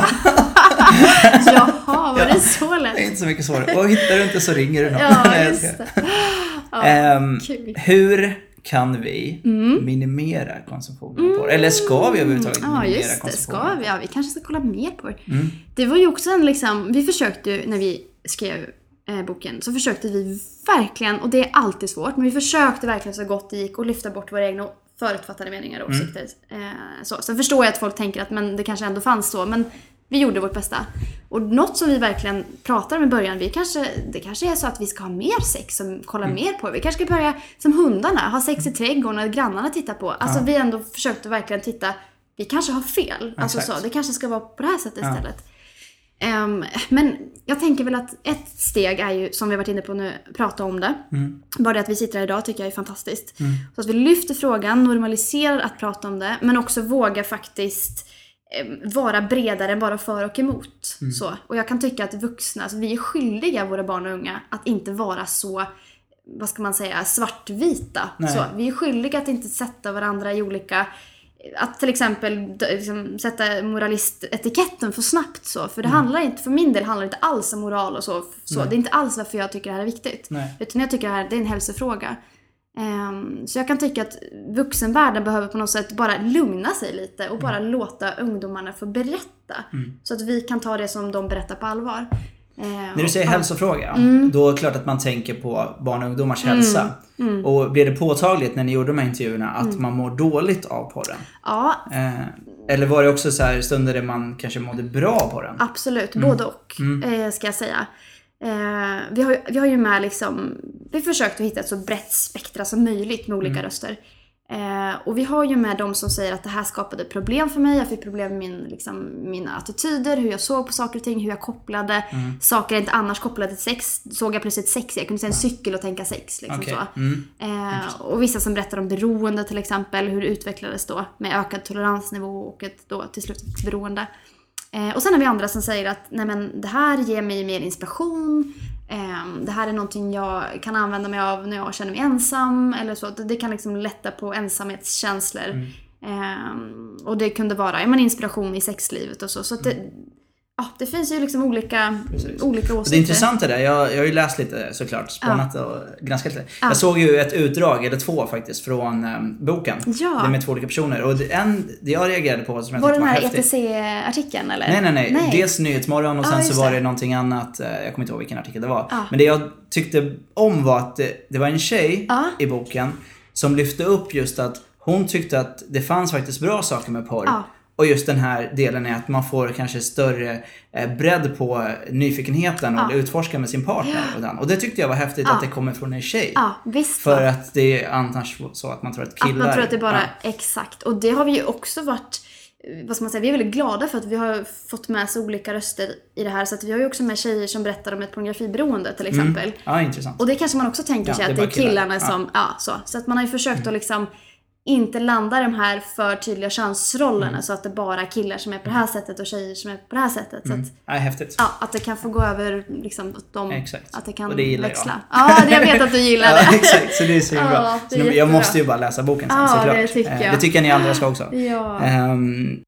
Jaha, var det så lätt? Det är inte så mycket svårare. Och hittar du inte så ringer du någon. Ja, just det. Ja, um, hur kan vi mm. minimera konsumtionen mm. på det? Eller ska vi överhuvudtaget ja, minimera just det. konsumtionen? Ska vi? Ja, vi kanske ska kolla mer på det. Mm. Det var ju också en liksom, vi försökte ju när vi skrev eh, boken, så försökte vi verkligen, och det är alltid svårt, men vi försökte verkligen så gott det gick och lyfta bort våra egna förutfattade meningar och åsikter. Mm. Eh, så. Sen förstår jag att folk tänker att men det kanske ändå fanns så, men vi gjorde vårt bästa. Och något som vi verkligen pratar om i början, vi kanske, det kanske är så att vi ska ha mer sex och kolla mm. mer på. Vi kanske ska börja som hundarna, ha sex i trädgården och grannarna tittar på. Alltså ja. vi ändå försökte verkligen titta, vi kanske har fel. Alltså så, det kanske ska vara på det här sättet ja. istället. Um, men jag tänker väl att ett steg är ju, som vi har varit inne på nu, prata om det. Mm. Bara det att vi sitter här idag tycker jag är fantastiskt. Mm. Så att vi lyfter frågan, normaliserar att prata om det, men också våga faktiskt vara bredare än bara för och emot. Mm. Så. Och jag kan tycka att vuxna, alltså vi är skyldiga våra barn och unga att inte vara så, vad ska man säga, svartvita. Så, vi är skyldiga att inte sätta varandra i olika, att till exempel liksom, sätta moralistetiketten för snabbt så. För det mm. handlar inte, för min del handlar det inte alls om moral och så. så. Det är inte alls varför jag tycker det här är viktigt. Nej. Utan jag tycker det här det är en hälsofråga. Um, så jag kan tycka att vuxenvärlden behöver på något sätt bara lugna sig lite och bara mm. låta ungdomarna få berätta. Mm. Så att vi kan ta det som de berättar på allvar. Uh, När du säger och, hälsofråga, mm. då är det klart att man tänker på barn och ungdomars mm. hälsa. Mm. Och blir det påtagligt när ni gjorde de här intervjuerna att mm. man mår dåligt av porren? Ja. Uh, eller var det också så här stunder där man kanske mådde bra på den? Absolut, mm. både och mm. eh, ska jag säga. Eh, vi, har, vi har ju med liksom, vi försökt att hitta ett så brett spektra som möjligt med olika mm. röster. Eh, och vi har ju med de som säger att det här skapade problem för mig. Jag fick problem med min, liksom, mina attityder, hur jag såg på saker och ting, hur jag kopplade mm. saker jag inte annars kopplade till sex. Såg jag plötsligt sex, jag kunde säga en cykel och tänka sex. Liksom, okay. så. Mm. Eh, och vissa som berättar om beroende till exempel, hur det utvecklades då med ökad toleransnivå och ett då till slut ett beroende. Eh, och sen har vi andra som säger att nej men, det här ger mig mer inspiration. Eh, det här är någonting jag kan använda mig av när jag känner mig ensam. Eller så. Det, det kan liksom lätta på ensamhetskänslor. Mm. Eh, och det kunde vara ja, men inspiration i sexlivet och så. Så att det, ja, det finns ju liksom olika, olika åsikter. Det är intressant det där. Jag, jag har ju läst lite såklart, spanat ja. och granskat lite. Ja. Jag såg ju ett utdrag, eller två faktiskt, från um, boken. Ja. Det är med två olika personer. Och det, en, det jag reagerade på som jag var tyckte var häftigt. Var den här E T C-artikeln eller? Nej, nej, nej, nej. Dels Nyhetsmorgon och sen ja, så var det, det någonting annat. Jag kommer inte ihåg vilken artikel det var. Ja. Men det jag tyckte om var att det, det var en tjej ja. i boken som lyfte upp just att hon tyckte att det fanns faktiskt bra saker med porr. Ja. Och just den här delen är att man får kanske större eh, bredd på nyfikenheten och ja. utforska med sin partner. Ja. Och, den. och det tyckte jag var häftigt ja. att det kommer från en tjej. Ja, visst. För att det är annars så att man tror att killar... Att man tror att det är bara ja. exakt. Och det har vi ju också varit... Vad ska man säga? Vi är väldigt glada för att vi har fått med så olika röster i det här. Så att vi har ju också med tjejer som berättar om ett pornografiberoende till exempel. Mm. Ja, intressant. Och det kanske man också tänker sig ja, det att det är killarna killar. som... Ja. ja, så. Så att man har ju försökt mm. att liksom... inte landa de här för tydliga könsrollerna mm. så att det bara är killar som är på det här sättet och tjejer som är på det här sättet. Mm. Så att, ja, häftigt. Ja, att det kan få gå över liksom, att, de, exakt. att det kan och det gillar växla. Jag. Ja, det jag vet att du gillar det. Ja, exakt, så det är så bra. Ja, det är så jag måste ju bara läsa boken sen, ja, såklart. Det tycker jag. Det tycker jag ni andra ska också. Ja. Um,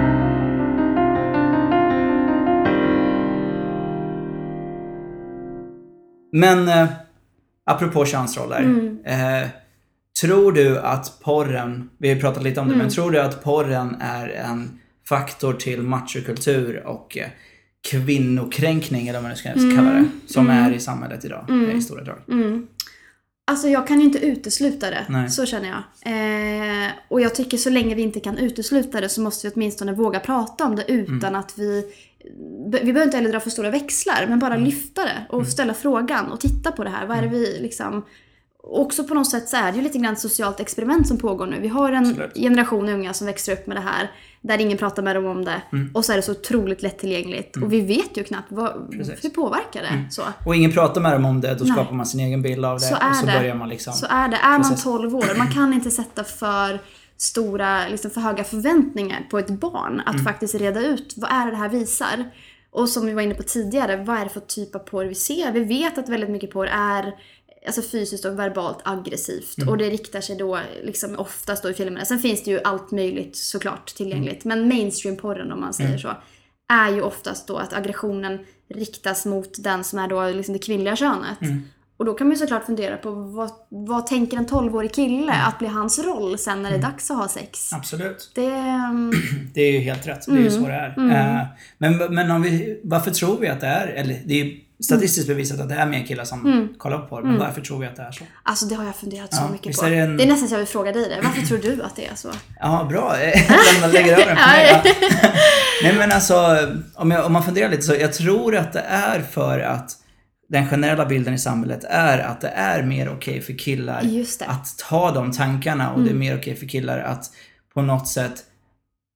men uh, apropå könsroller. Mm. Uh, Tror du att porren, vi har pratat lite om det, mm. men tror du att porren är en faktor till machokultur och kvinnokränkning, eller vad man ska mm. kalla det, som mm. är i samhället idag, mm. i stora drag? Mm. Alltså jag kan ju inte utesluta det, Nej. så känner jag. Eh, och jag tycker så länge vi inte kan utesluta det så måste vi åtminstone våga prata om det utan mm. att vi... Vi behöver inte heller dra för stora växlar, men bara mm. lyfta det och mm. ställa frågan och titta på det här. Vad är det vi liksom... Också på något sätt så är det ju lite grann ett socialt experiment som pågår nu. Vi har en Absolut. generation unga som växer upp med det här. Där ingen pratar med dem om det. Mm. Och så är det så otroligt lättillgängligt. Mm. Och vi vet ju knappt vad, hur påverkar det. Mm. Så. Och ingen pratar med dem om det. Då Nej. skapar man sin egen bild av det. Så är och så det. börjar man liksom... Så är det. Är man tolv år. Man kan inte sätta för stora, liksom för höga förväntningar på ett barn. Att mm. faktiskt reda ut vad är det här visar. Och som vi var inne på tidigare. Vad är det för typ av porr vi ser? Vi vet att väldigt mycket porr är... Alltså fysiskt och verbalt aggressivt. Mm. Och det riktar sig då liksom oftast då i filmerna. Sen finns det ju allt möjligt såklart tillgängligt. Mm. Men mainstream-porren om man säger mm. så. Är ju oftast då att aggressionen riktas mot den som är då liksom det kvinnliga könet. Mm. Och då kan man ju såklart fundera på vad, vad tänker en tolvårig kille mm. att bli hans roll sen när det är dags att ha sex. Absolut. Det, um... det är ju helt rätt. Det är ju så det är. Mm. Uh, men men om vi, varför tror vi att det är, eller det är statistiskt bevisat att det är mer killar som mm. kollar på det. Men mm. varför tror vi att det är så? Alltså det har jag funderat ja, så mycket på. Är det, en... det är nästan så jag vill fråga dig det. Varför tror du att det är så? Ja, bra. Jag lägger över den på mig. Ja. Nej men alltså, om, jag, om man funderar lite så, jag tror att det är för att den generella bilden i samhället är att det är mer okej för killar att ta de tankarna och mm. det är mer okej för killar att på något sätt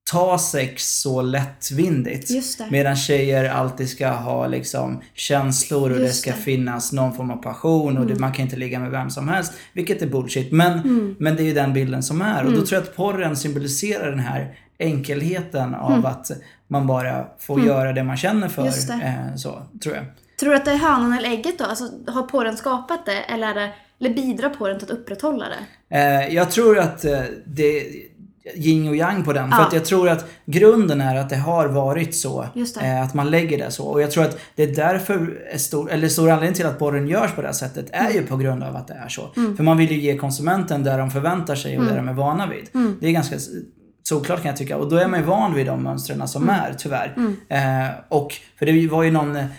ta sex så lättvindigt. Medan tjejer alltid ska ha liksom känslor och Just det ska det. finnas någon form av passion och mm. det, man kan inte ligga med vem som helst, vilket är bullshit. Men, mm. men det är ju den bilden som är. Och då tror jag att porren symboliserar den här enkelheten av mm. att man bara får mm. göra det man känner för. Eh, så, tror jag. Tror du att det är hönan eller ägget då? Alltså, har porren skapat det eller, är det, eller bidrar porren till att upprätthålla det? Eh, jag tror att eh, det yin och yang på den. Ja. För att jag tror att grunden är att det har varit så. Eh, att man lägger det så. Och jag tror att det är därför är stor, eller stor anledning till att porren görs på det här sättet är mm. ju på grund av att det är så. Mm. För man vill ju ge konsumenten där de förväntar sig och mm. där de är vana vid. Mm. Det är ganska såklart kan jag tycka. Och då är man ju van vid de mönstren som mm. är, tyvärr. Mm. Eh, och för det var ju någon, eh,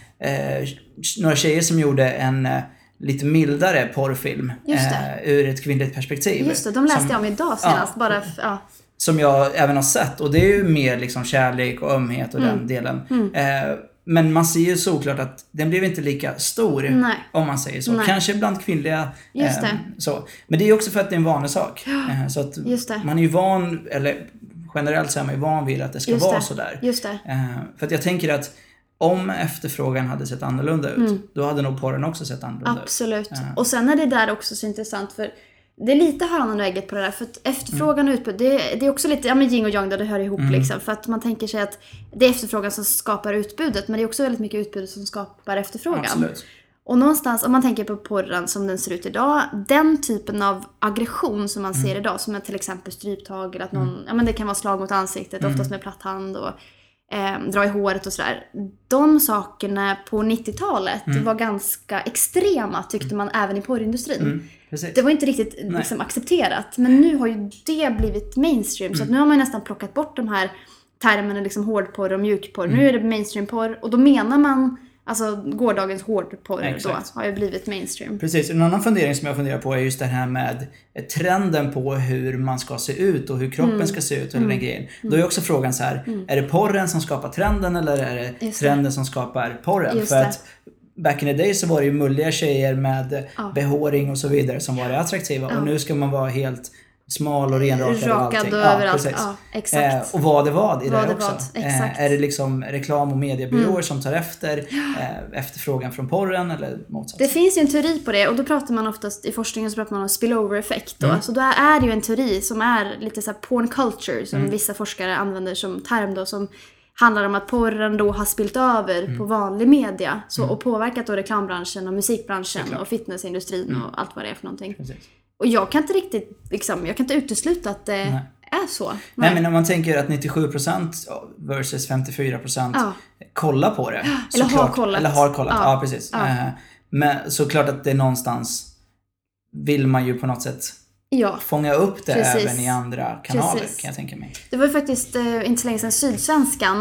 några tjejer som gjorde en eh, lite mildare porrfilm eh, ur ett kvinnligt perspektiv. Just det, de läste som, jag om idag senast. Ja, bara, ja. Som jag även har sett. Och det är ju mer liksom kärlek och ömhet och mm. den delen. Mm. Eh, men man ser ju såklart att den blev inte lika stor. Nej. Om man säger så. Nej. Kanske bland kvinnliga. Just eh, så. Men det är också för att det är en vanlig sak. Eh, så att man är ju van, eller generellt så är man ju van vid att det ska Just vara det. sådär. Just det. Eh, för att jag tänker att om efterfrågan hade sett annorlunda ut, mm. då hade nog porren också sett annorlunda Absolut. ut. Absolut. Uh. Och sen är det där också så intressant, för det är lite hönan och ägget på det där. För att efterfrågan mm. och utbud, det, det är också lite, ja men yin och yang där det hör ihop mm. liksom. För att man tänker sig att det är efterfrågan som skapar utbudet, men det är också väldigt mycket utbudet som skapar efterfrågan. Absolut. Och någonstans, om man tänker på porren som den ser ut idag, den typen av aggression som man mm. ser idag, som är till exempel stryptag eller att någon, mm. ja men det kan vara slag mot ansiktet, mm. oftast med platt hand och Eh, dra i håret och sådär. De sakerna på nittiotalet mm. var ganska extrema, tyckte man, även i porrindustrin. Mm, det var inte riktigt liksom, accepterat. Men nu har ju det blivit mainstream. Mm. Så att nu har man nästan plockat bort de här termerna liksom hårdporr och mjukporr. Mm. Nu är det mainstreamporr. Och då menar man, alltså gårdagens hårdporr då har ju blivit mainstream. Precis, en annan fundering som jag funderar på är just det här med trenden på hur man ska se ut och hur kroppen mm. ska se ut eller mm. den grejen. Då är också frågan så här, mm. är det porren som skapar trenden eller är det just trenden det. som skapar porren? Just För det. att back in the day så var det ju mulliga tjejer med ja. behåring och så vidare som var attraktiva ja. och nu ska man vara helt smal och renrakad och allting. Och överallt. Ja, ja, exakt. Eh, och vad det var i vad det, det också. Var, exakt. Eh, är det liksom reklam- och mediebyråer mm. som tar efter eh, efterfrågan från porren eller motsatt? Det finns ju en teori på det och då pratar man oftast i forskningen så pratar man om spillover-effekt. Då. Mm. Så då är det ju en teori som är lite så här porn culture som mm. vissa forskare använder som term då, som handlar om att porren då har spilt över mm. på vanlig media så, mm. och påverkat då reklambranschen och musikbranschen Såklart. och fitnessindustrin mm. och allt vad det är för någonting. Precis. Och jag kan inte riktigt, liksom, jag kan inte utesluta att det Nej. är så. Nej. Nej, men om man tänker att nittiosju procent versus femtiofyra procent ja. kollar på det. Eller har klart, kollat. Eller har kollat, ja, ja precis. Ja. Men såklart att det någonstans vill man ju på något sätt ja. fånga upp det precis. även i andra kanaler precis. kan jag tänka mig. Det var ju faktiskt eh, inte så länge sedan Sydsvenskan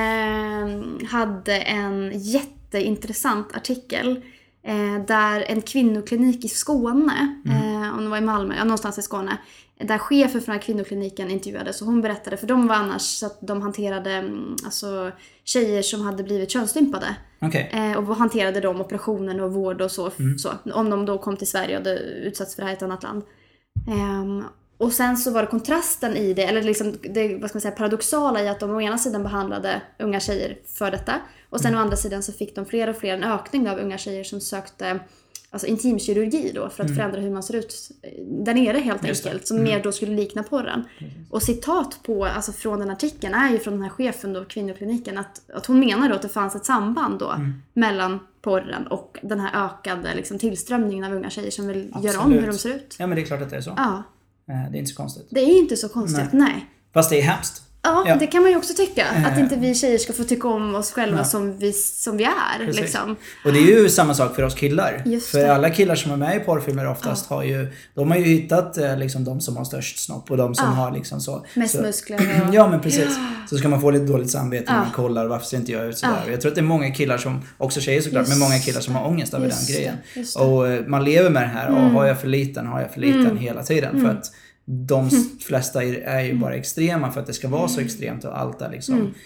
eh, hade en jätteintressant artikel Eh, där en kvinnoklinik i Skåne, mm. eh, om det var i Malmö, ja, någonstans i Skåne, där chefen för den här kvinnokliniken intervjuades och hon berättade, för de var annars så att de hanterade alltså, tjejer som hade blivit könsstympade okay. eh, och hanterade de operationen och vård och så, mm. så om de då kom till Sverige och hade utsatts för det här i ett annat land. Eh, och sen så var det kontrasten i det, eller liksom det vad ska man säga, paradoxala i att de å ena sidan behandlade unga tjejer för detta och sen mm. å andra sidan så fick de fler och fler en ökning av unga tjejer som sökte alltså intimkirurgi då för att mm. förändra hur man ser ut där nere helt Just enkelt, som mm. mer då skulle likna porren. Precis. Och citat på, alltså från den artikeln är ju från den här chefen då, kvinnokliniken, att, att hon menar då att det fanns ett samband då mm. mellan porren och den här ökade liksom, tillströmningen av unga tjejer som vill Absolut. göra om hur de ser ut. Ja, men det är klart att det är så. Ja. Det är inte så konstigt. Det är inte så konstigt, nej. nej. Fast det är hemskt. Ja, ja, det kan man ju också tycka. Att inte vi tjejer ska få tycka om oss själva ja. som, vi, som vi är. Liksom. Och det är ju samma sak för oss killar. Just för det. alla killar som är med i porrfilmer oftast ja. har ju, de har ju hittat liksom, de som har störst snopp och de som ja. har liksom så. Mest så, muskler. Och... ja, men precis. Så ska man få lite dåligt samvete ja. när man kollar varför ser inte jag ut sådär. Ja. Jag tror att det är många killar som, också tjejer såklart, Just men många killar som har ångest över den grejen. Det. Och man lever med det här. Mm. Och har jag för liten, har jag för liten mm. hela tiden. Mm. För att de flesta är ju bara extrema för att det ska vara så extremt och allt är liksom mm.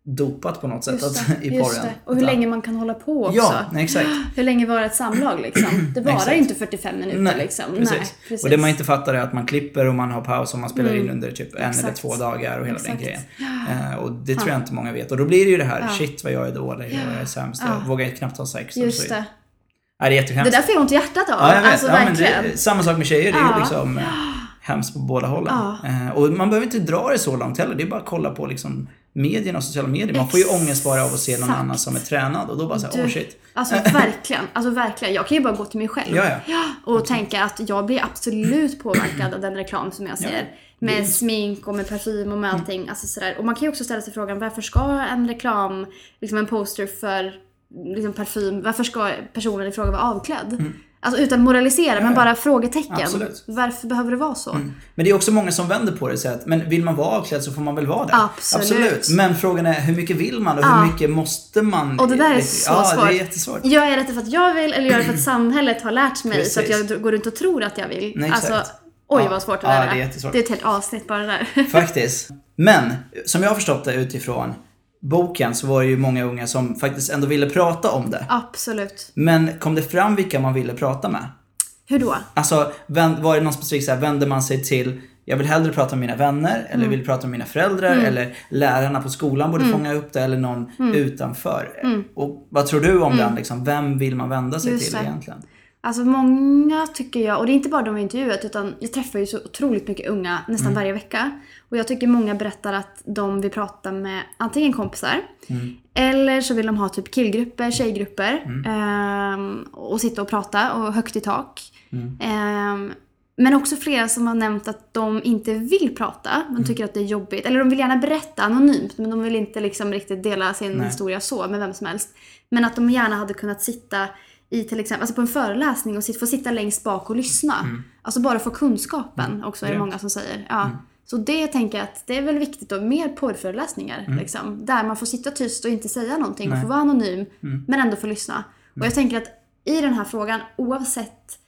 dopat på något sätt just att, det, i just porren. Det. Och hur ja. länge man kan hålla på också. Ja, exakt. Hur länge var ett samlag liksom? Det varar inte fyrtiofem minuter Nej, liksom. Precis. Nej, precis. Och det man inte fattar är att man klipper och man har paus och man spelar mm. in under typ en exakt. eller två dagar och hela exakt. den grejen. Uh, och det tror jag inte många vet. Och då blir det ju det här, ja. shit vad jag är dålig och jag är sämst. Ja. Jag vågar knappt ha sex. Just det. Ja, det är jättehemskt. Det där får jag ont i hjärtat av. Ja, jag vet. Alltså, ja, verkligen. men det, samma sak med tjejer, det är ja. ju liksom hemskt på båda hållen. Ja. Uh, och man behöver inte dra det så långt heller. Det är bara att kolla på liksom medierna och sociala medier. Man får ju ångest bara av att se någon annan som är tränad. Och då bara såhär, åh oh, shit. Alltså verkligen, alltså verkligen. Jag kan ju bara gå till mig själv. Ja, ja. Och absolut. Tänka att jag blir absolut påverkad av den reklam som jag ser. Ja. Med mm. smink och med parfym och med allting. Mm. Alltså sådär. Och man kan ju också ställa sig frågan, varför ska en reklam, liksom en poster för liksom parfym, varför ska personen i fråga vara avklädd? Mm. Alltså utan moralisera, ja, men bara frågetecken. Absolut. Varför behöver det vara så? Mm. Men det är också många som vänder på det och säger att men vill man vara avklädd så får man väl vara det. Absolut. Absolut. Men frågan är hur mycket vill man och ja. hur mycket måste man? Och det där är så ja, svårt. Det är jättesvårt. Jag är det för att jag vill eller gör det för att samhället har lärt mig. Precis. Så att jag går runt och tror att jag vill. Nej, alltså, oj ja. vad svårt det ja, där det är. Jättesvårt. Det är ett helt avsnitt bara där. Faktiskt. Men som jag har förstått det utifrån boken så var det ju många unga som faktiskt ändå ville prata om det. Absolut. Men kom det fram vilka man ville prata med? Hur då? Alltså, var det någon specifik så här, vänder man sig till, jag vill hellre prata med mina vänner, eller mm. vill prata med mina föräldrar, mm. eller lärarna på skolan borde mm. fånga upp det, eller någon mm. utanför. Mm. Och vad tror du om mm. den? Liksom? Vem vill man vända sig Just till det. egentligen? Alltså många tycker jag, och det är inte bara de vi intervjuat, utan jag träffar ju så otroligt mycket unga nästan mm. varje vecka. Och jag tycker många berättar att de vill prata med antingen kompisar, mm. eller så vill de ha typ killgrupper, tjejgrupper, mm. um, och sitta och prata och högt i tak. Mm. Um, men också flera som har nämnt att de inte vill prata. De tycker mm. att det är jobbigt. Eller de vill gärna berätta anonymt, men de vill inte liksom riktigt dela sin Nej. historia så med vem som helst. Men att de gärna hade kunnat sitta i till exempel alltså på en föreläsning och sitta, få sitta längst bak och lyssna. Mm. Alltså bara få kunskapen mm. också är det många som säger. Ja. Mm. Så det tänker jag att det är väl viktigt då, mer porrföreläsningar mm. liksom, där man får sitta tyst och inte säga någonting Nej. och få vara anonym mm. men ändå få lyssna. Mm. Och jag tänker att i den här frågan, oavsett,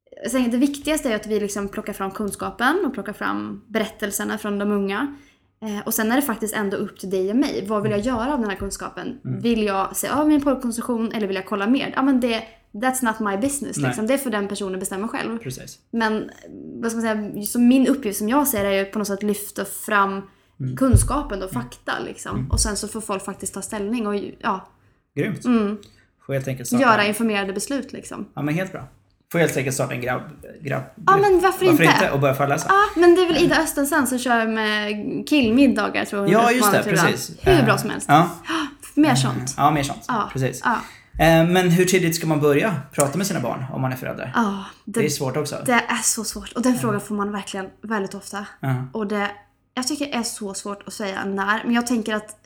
det viktigaste är att vi liksom plockar fram kunskapen och plockar fram berättelserna från de unga. Eh, och sen är det faktiskt ändå upp till dig och mig. Vad vill jag göra av den här kunskapen? Mm. Vill jag se av min porrkonsumtion eller vill jag kolla mer? Ja, men det, that's not my business. Liksom. Det är för den personen att bestämma själv. Precis. Men vad ska man säga, så min uppgift som jag ser är ju på något sätt lyfta fram mm. kunskapen och fakta. Liksom. Mm. Och sen så får folk faktiskt ta ställning. Och, ja. Grymt. Mm. Får helt enkelt starta. Göra informerade beslut. Liksom. Ja, men helt bra. Får helt enkelt starta en grabb, grabb Ja, men varför, varför inte? inte? Och börja föreläsa. Ja, men det är väl Ida Östensen som kör med killmiddagar, tror jag. Ja, just det, precis. Hur bra som helst. Ja. Mer sånt. Ja, mer sånt. Ja. Precis. Ja. Men hur tidigt ska man börja prata med sina barn om man är förälder? Ja, det, det är svårt också. Det är så svårt. Och den ja. frågan får man verkligen väldigt ofta. Ja. Och det, jag tycker det är så svårt att säga när. Men jag tänker att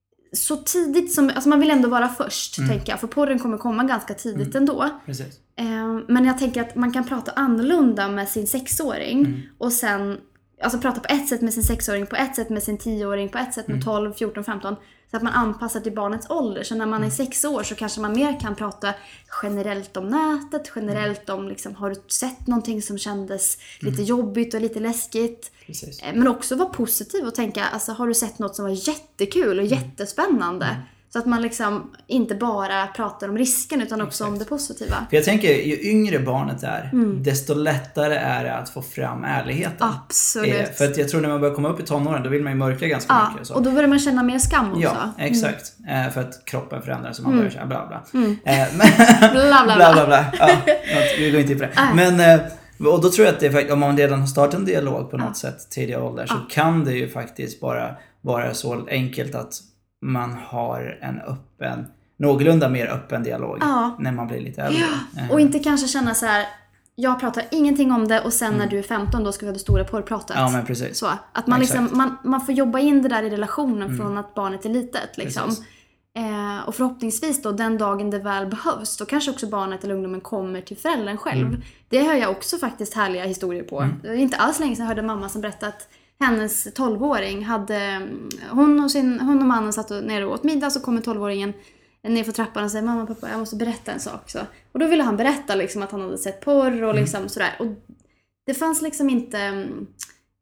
så tidigt som, alltså man vill ändå vara först, mm. tänker jag. För porren kommer komma ganska tidigt mm. ändå. Precis. Men jag tänker att man kan prata annorlunda med sin sexåring. Mm. Och sen, alltså prata på ett sätt med sin sexåring, på ett sätt med sin tioåring, på ett sätt med mm. tolv, fjorton, femton. Så att man anpassar till barnets ålder. Så när man är sex år så kanske man mer kan prata generellt om nätet. Generellt om, liksom, har du sett någonting som kändes lite mm. jobbigt och lite läskigt. Precis. Men också vara positiv och tänka, alltså, har du sett något som var jättekul och mm. jättespännande? Mm. Så att man liksom inte bara pratar om risken utan också Exakt. om det positiva. För jag tänker, ju yngre barnet är, mm. desto lättare är det att få fram ärligheten. Absolut. Eh, för att jag tror när man börjar komma upp i tonåren, då vill man ju mörka ganska ja, mycket. Så. Och då börjar man känna mer skam också. Ja, exakt. Mm. Eh, för att kroppen förändras och man mm. börjar känna bla bla. Mm. Eh, men, bla, bla, bla bla bla. Ja, vi går inte in på det. Äh. Men, eh, och då tror jag att det, om man redan har startat en dialog på något ja. sätt tidiga ålder så ja. kan det ju faktiskt bara vara så enkelt att man har en öppen, någorlunda mer öppen dialog ja. när man blir lite äldre. Ja. Och inte kanske känna så här, jag pratar ingenting om det och sen mm. när du är femton då ska vi ha det stora porrpratet. Ja, men precis. Så, att man, liksom, man, man får jobba in det där i relationen mm. från att barnet är litet. Liksom. Eh, och förhoppningsvis då, den dagen det väl behövs, då kanske också barnet eller ungdomen kommer till föräldern själv. Mm. Det hör jag också faktiskt härliga historier på. Mm. Det är inte alls länge sedan jag hörde mamma som berättade att hennes tolvåring hade, hon och, sin, hon och mannen satt ner och åt middag, så kommer tolvåringen ner för trappan och säger, mamma, pappa, jag måste berätta en sak. Så. Och då ville han berätta liksom, att han hade sett porr och liksom mm. sådär. Och det fanns liksom inte,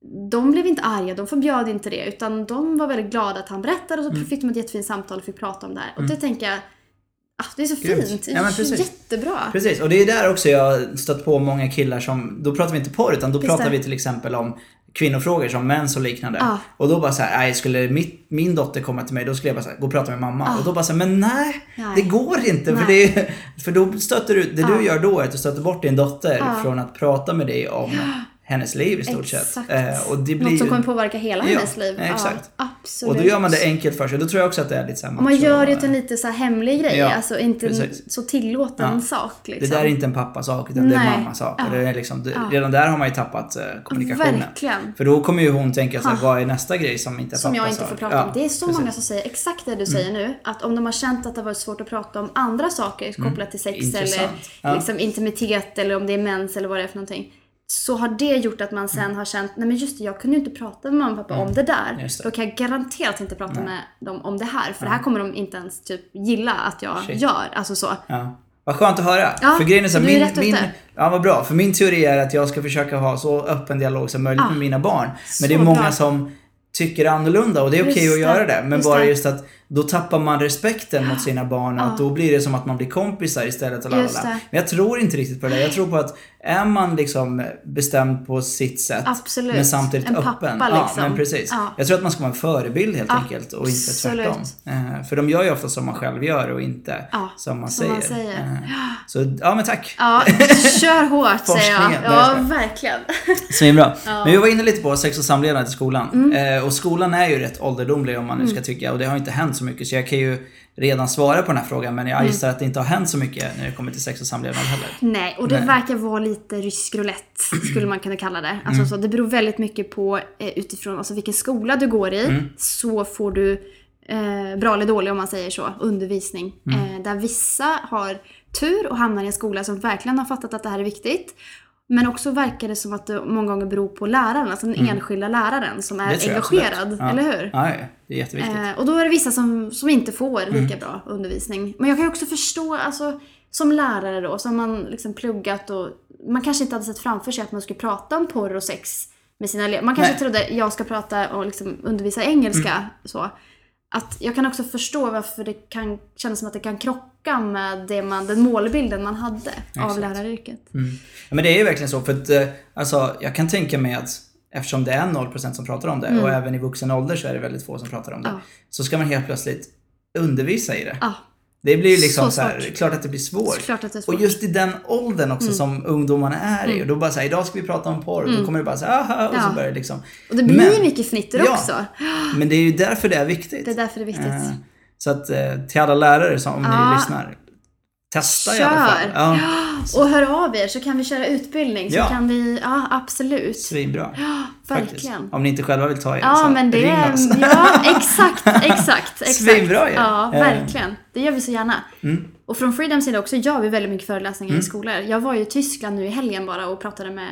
de blev inte arga, de förbjöd inte det, utan de var väldigt glada att han berättade, och så mm. fick de ett jättefint samtal och fick prata om det här. Och mm. det tänker jag, ah, det är så Gud. fint, det är ja, så jättebra. Precis, och det är där också jag stött på många killar som, då pratar vi inte porr, utan då Visst pratar det. vi till exempel om kvinnofrågor som mens och liknande. Ah. Och då bara så här, nej, skulle mitt, min dotter komma till mig, då skulle jag bara så här, gå och prata med mamma. Ah. Och då bara så här, men nej, nej. det går inte. Nej. För, det, för då stöter du, det ah. du gör då är att du stöter bort din dotter ah. från att prata med dig om hennes liv i stort exakt. sett. Eh, och det blir något som kommer påverka hela ja, hennes liv. Exakt. Ja, absolut. Och då gör man det enkelt för sig. Då tror jag också att det är lite så här. Man gör det till en lite så här hemlig grej. Ja, alltså inte precis. en så tillåten ja. sak. Liksom. Det där är inte en pappasak, utan Nej. det är mammas sak. Ja. Det är liksom, det, ja. Redan där har man ju tappat eh, kommunikationen. Verkligen. För då kommer ju hon tänka så här, vad är nästa grej som inte är Som jag inte sak? får prata om. Ja, det är så precis. många som säger exakt det du säger mm. nu. Att om de har känt att det har varit svårt att prata om andra saker kopplat mm. till sex Intressant. eller ja. liksom, intimitet, eller om det är mens eller vad det är för någonting, så har det gjort att man sen mm. har känt, nej men just det, jag kunde ju inte prata med mamma och pappa mm. om det där. Det. Då kan jag garanterat inte prata nej. med dem om det här. För mm. det här kommer de inte ens typ gilla att jag Shit. gör. Alltså så. Ja. Vad skönt att höra. Ja, för grejen är så, min, min, min, ja, vad bra. För min teori är att jag ska försöka ha så öppen dialog som möjligt ja. med mina barn. Men det är många bra. som tycker annorlunda, och det är okej okay att göra det. Men just bara det. just att då tappar man respekten ja. mot sina barn, och ja. att då blir det som att man blir kompisar istället. Men jag tror inte riktigt på det. Jag tror på att är man liksom bestämd på sitt sätt, Absolut. men samtidigt en öppen. Pappa, liksom. Ja, men precis. Ja. Jag tror att man ska vara en förebild helt ja. enkelt, och inte Absolut. tvärtom. Eh, för de gör ju ofta som man själv gör och inte ja. som man som säger. Man säger. Eh, så ja, men tack. Ja, kör hårt säger jag. Ja, verkligen. Så är bra. Ja. Men vi var inne lite på sex och samlevnad i skolan. Mm. Eh, och skolan är ju rätt ålderdomlig om man nu ska tycka, och det har inte hänt så mycket, så jag kan ju redan svara på den här frågan, men jag mm. gissar att det inte har hänt så mycket när det kommer till sex och samlevnad heller. Nej, och det Nej. verkar vara lite rysk roulette, skulle man kunna kalla det. Alltså, mm. så det beror väldigt mycket på eh, utifrån alltså, vilken skola du går i, mm. så får du eh, bra eller dålig, om man säger så, undervisning. Mm. Eh, där vissa har tur och hamnar i en skola som verkligen har fattat att det här är viktigt. Men också verkar det som att det många gånger beror på läraren, alltså den mm. enskilda läraren som är engagerad, ja. eller hur? Ja, det är jätteviktigt. Eh, och då är det vissa som, som inte får lika mm. bra undervisning. Men jag kan ju också förstå, alltså, som lärare då, som man liksom pluggat, och man kanske inte hade sett framför sig att man skulle prata om porr och sex med sina elever. Man kanske Nej. trodde jag ska prata och liksom undervisa engelska, mm. så. Att jag kan också förstå varför det kan kännas som att det kan krocka med det man, den målbilden man hade Exakt. av läraryrket. Mm. Ja, men det är ju verkligen så, för att alltså, jag kan tänka mig att eftersom det är noll procent som pratar om det, mm. och även i vuxen ålder så är det väldigt få som pratar om det, ja. så ska man helt plötsligt undervisa i det. Ja. Det blir liksom så, så här, klart att det blir svårt. Klart att det är svårt. Och just i den åldern också mm. som ungdomarna är i. Mm. Och då bara så här, idag ska vi prata om porr. Mm. Då kommer det bara så här, aha, och ja. så börjar det liksom. Och det blir men, mycket fnitter ja, också. Men det är ju därför det är viktigt. Det är därför det är viktigt. Uh, så att uh, till alla lärare som om ja. ni lyssnar, testa Kör. i alla fall. Ja. Ja. Och hör av er så kan vi köra utbildning. Så ja. kan vi, ja absolut. Svinbra. Ja, verkligen. Faktiskt. Om ni inte själva vill ta er ja, så men det ring oss. Ja, exakt, exakt, exakt. Svinbra ju. Ja, verkligen. Det gör vi så gärna. Mm. Och från Freedom sida också gör vi väldigt mycket föreläsningar mm. i skolor. Jag var ju i Tyskland nu i helgen bara och pratade med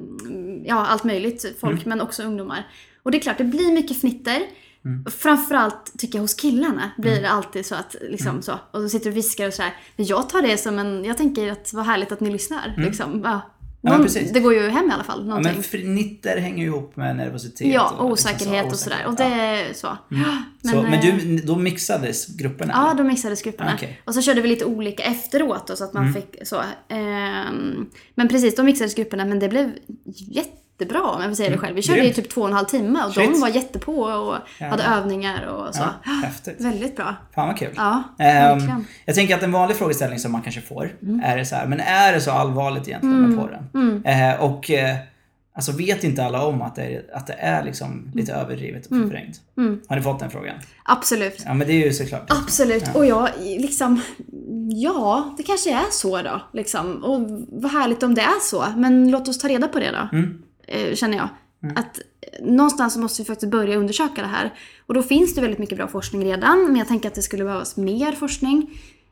ja, allt möjligt folk, mm. men också ungdomar. Och det är klart, det blir mycket fnitter. Mm. Framförallt tycker jag hos killarna blir det mm. alltid så att liksom mm. så. Och så sitter du och viskar och så här. Men jag tar det som en, jag tänker att vad härligt att ni lyssnar. Mm. Liksom. Ja. Någon, ja, det går ju hem i alla fall. Ja, men fnitter hänger ju ihop med nervositet. Ja, och osäkerhet liksom så, och sådär. Och det är så. Mm. Men, så. Men du, då mixades grupperna? Ja, eller? Då mixades grupperna. Okay. Och så körde vi lite olika efteråt då, så att man mm. fick så. Um, men precis, då mixades grupperna. Men det blev jättebra om jag vill säga det själv. Vi körde ju typ två och en halv timme och Shit. de var jättepå och ja. hade övningar och så. Ja, häftigt. Väldigt bra. Fan vad kul. Ja, um, jag tänker att en vanlig frågeställning som man kanske får mm. är det så här, men är det så allvarligt egentligen mm. med porren? Mm. Uh, och uh, alltså vet inte alla om att det är, att det är liksom lite mm. överdrivet och förvrängt? Mm. Har ni fått den frågan? Absolut. Ja, men det är ju såklart. Absolut. Ja. Och jag liksom, ja, det kanske är så då. Liksom. Och vad härligt om det är så. Men låt oss ta reda på det då. Mm. Känner jag. Mm. Att någonstans så måste vi faktiskt börja undersöka det här. Och då finns det väldigt mycket bra forskning redan. Men jag tänker att det skulle behövas mer forskning.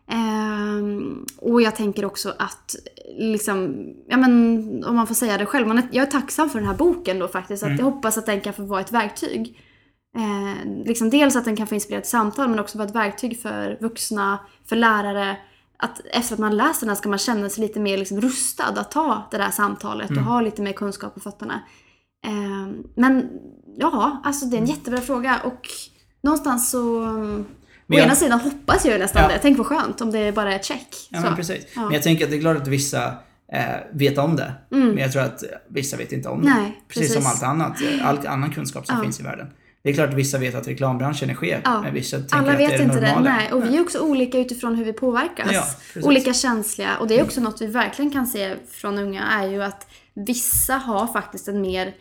Ehm, och jag tänker också att liksom, ja men, om man får säga det själv. Man är, jag är tacksam för den här boken då faktiskt. Mm. Att jag hoppas att den kan få vara ett verktyg. Ehm, liksom dels att den kan få inspirera till samtal. Men också vara ett verktyg för vuxna, för lärare. Att efter att man läser den ska man känna sig lite mer liksom rustad att ta det där samtalet mm. och ha lite mer kunskap på fötterna. Eh, men ja, alltså det är en jättebra fråga. Och någonstans så... Men jag, å ena sidan hoppas jag nästan ja. det. Tänk vad skönt om det bara är ett check. Ja, men precis. Ja. Men jag tänker att det är klart att vissa eh, vet om det. Mm. Men jag tror att vissa vet inte om det. Nej, precis, precis som allt annat. All annan kunskap som ja. finns i världen. Det är klart att vissa vet att reklambranschen är skev. Ja. Men vissa tänker alla att vet det är det inte normala. det. Nej. Och vi är också olika utifrån hur vi påverkas. Ja, olika känsliga. Och det är också mm. något vi verkligen kan se från unga. Är ju att vissa har faktiskt en mer...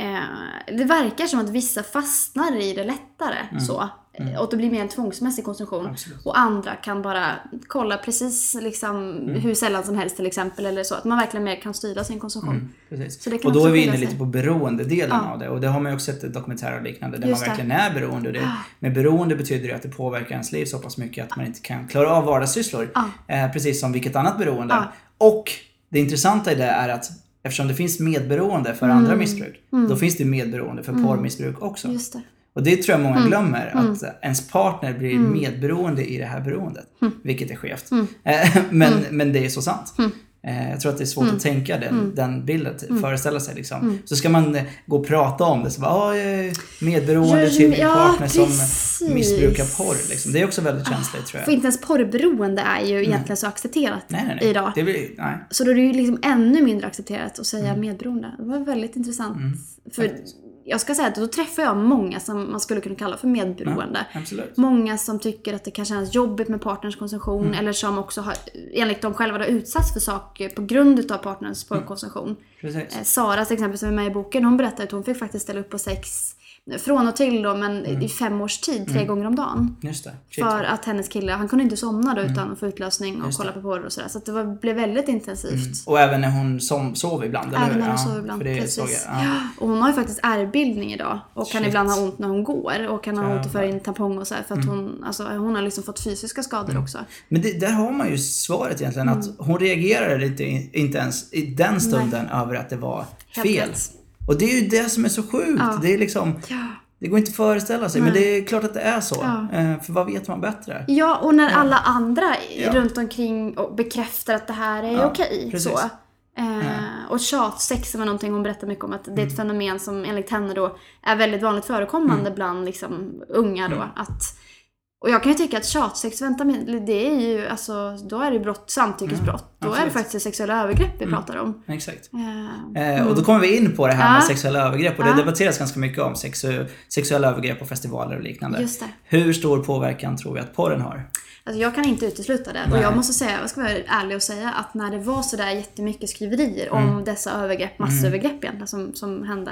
Eh, det verkar som att vissa fastnar i det lättare mm. så mm. och det blir mer en tvångsmässig konsumtion. Absolut. Och andra kan bara kolla precis liksom mm. hur sällan som helst till exempel eller så att man verkligen mer kan styra sin konsumtion. Mm. Precis. Så det kan och då är vi inne lite på beroendedelen ja. av det och det har man ju också sett i dokumentärer och liknande där Just man verkligen det. är beroende och det. Ja. Men beroende betyder det att det påverkar ens liv så pass mycket att man inte kan klara av vardagssysslor ja. eh, precis som vilket annat beroende. Ja. Och det intressanta i det är att eftersom det finns medberoende för mm. andra missbruk, mm. då finns det medberoende för mm. porrmissbruk också. Just det. Och det tror jag många mm. glömmer, att mm. ens partner blir mm. medberoende i det här beroendet. Mm. Vilket är skevt. Mm. men, mm. men det är så sant. Mm. Jag tror att det är svårt mm. att tänka den, mm. den bilden, mm. föreställa sig liksom. Mm. Så ska man gå och prata om det, så bara, medberoende ja, till min ja, partner precis. som missbrukar porr. Liksom. Det är också väldigt känsligt, tror jag. För inte ens porrberoende är ju egentligen mm. så accepterat nej, nej, nej. idag. Det blir, nej. Så då är det ju liksom ännu mindre accepterat att säga mm. medberoende. Det var väldigt intressant. Mm. För jag ska säga att då träffar jag många som man skulle kunna kalla för medberoende. Ja, absolut. Många som tycker att det kan kännas jobbigt med partners konsumtion mm. eller som också har, enligt dem själva, har utsatts för saker på grund av partners porrkonsumtion. Mm. Eh, Sara till exempel som är med i boken, hon berättade att hon fick faktiskt ställa upp på sex från och till då, men mm. i fem års tid, tre mm. gånger om dagen. Just det. För att hennes kille, han kunde inte somna då utan mm. att få utlösning och Just kolla det. på porr och sådär. Så att det var, blev väldigt intensivt. Mm. Och även när hon som, sov ibland, eller Även när hon ja, sov ibland, precis. Jag, ja. Och hon har ju faktiskt ärrbildning idag. Och Shit. kan ibland ha ont när hon går. Och kan ha ont att föra in tampong och så här, för att mm. hon, alltså, hon har liksom fått fysiska skador mm. också. Men det, där har man ju svaret egentligen. Mm. Att hon reagerade inte, inte ens i den stunden Nej. över att det var fel. Och det är ju det som är så sjukt. Ja. Det är liksom... Ja. Det går inte att föreställa sig, Nej. men det är klart att det är så. Ja. För vad vet man bättre? Ja, och när ja. alla andra ja. runt omkring bekräftar att det här är ja, okej. Så. Eh, ja. Och tjatsex var någonting hon berättar mycket om. Att det är ett mm. fenomen som enligt henne då är väldigt vanligt förekommande mm. bland liksom, unga. Då, mm. att, och jag kan ju tycka att tjatsex, vänta, det är ju, alltså, då är det brott, samtyckesbrott. Mm. Då Absolut. är det faktiskt sexuella övergrepp vi mm. pratar om. Exakt. Uh, uh, och då kommer vi in på det här ja. med sexuella övergrepp. Och det ja. debatteras ganska mycket om sexu- sexuella övergrepp på festivaler och liknande. Just det. Hur stor påverkan tror vi att porren har? Alltså jag kan inte utesluta det. Nej. Och jag måste säga, jag ska vara ärlig och säga att när det var sådär jättemycket skriverier mm. om dessa övergrepp, massövergrepp mm. egentligen som, som hände.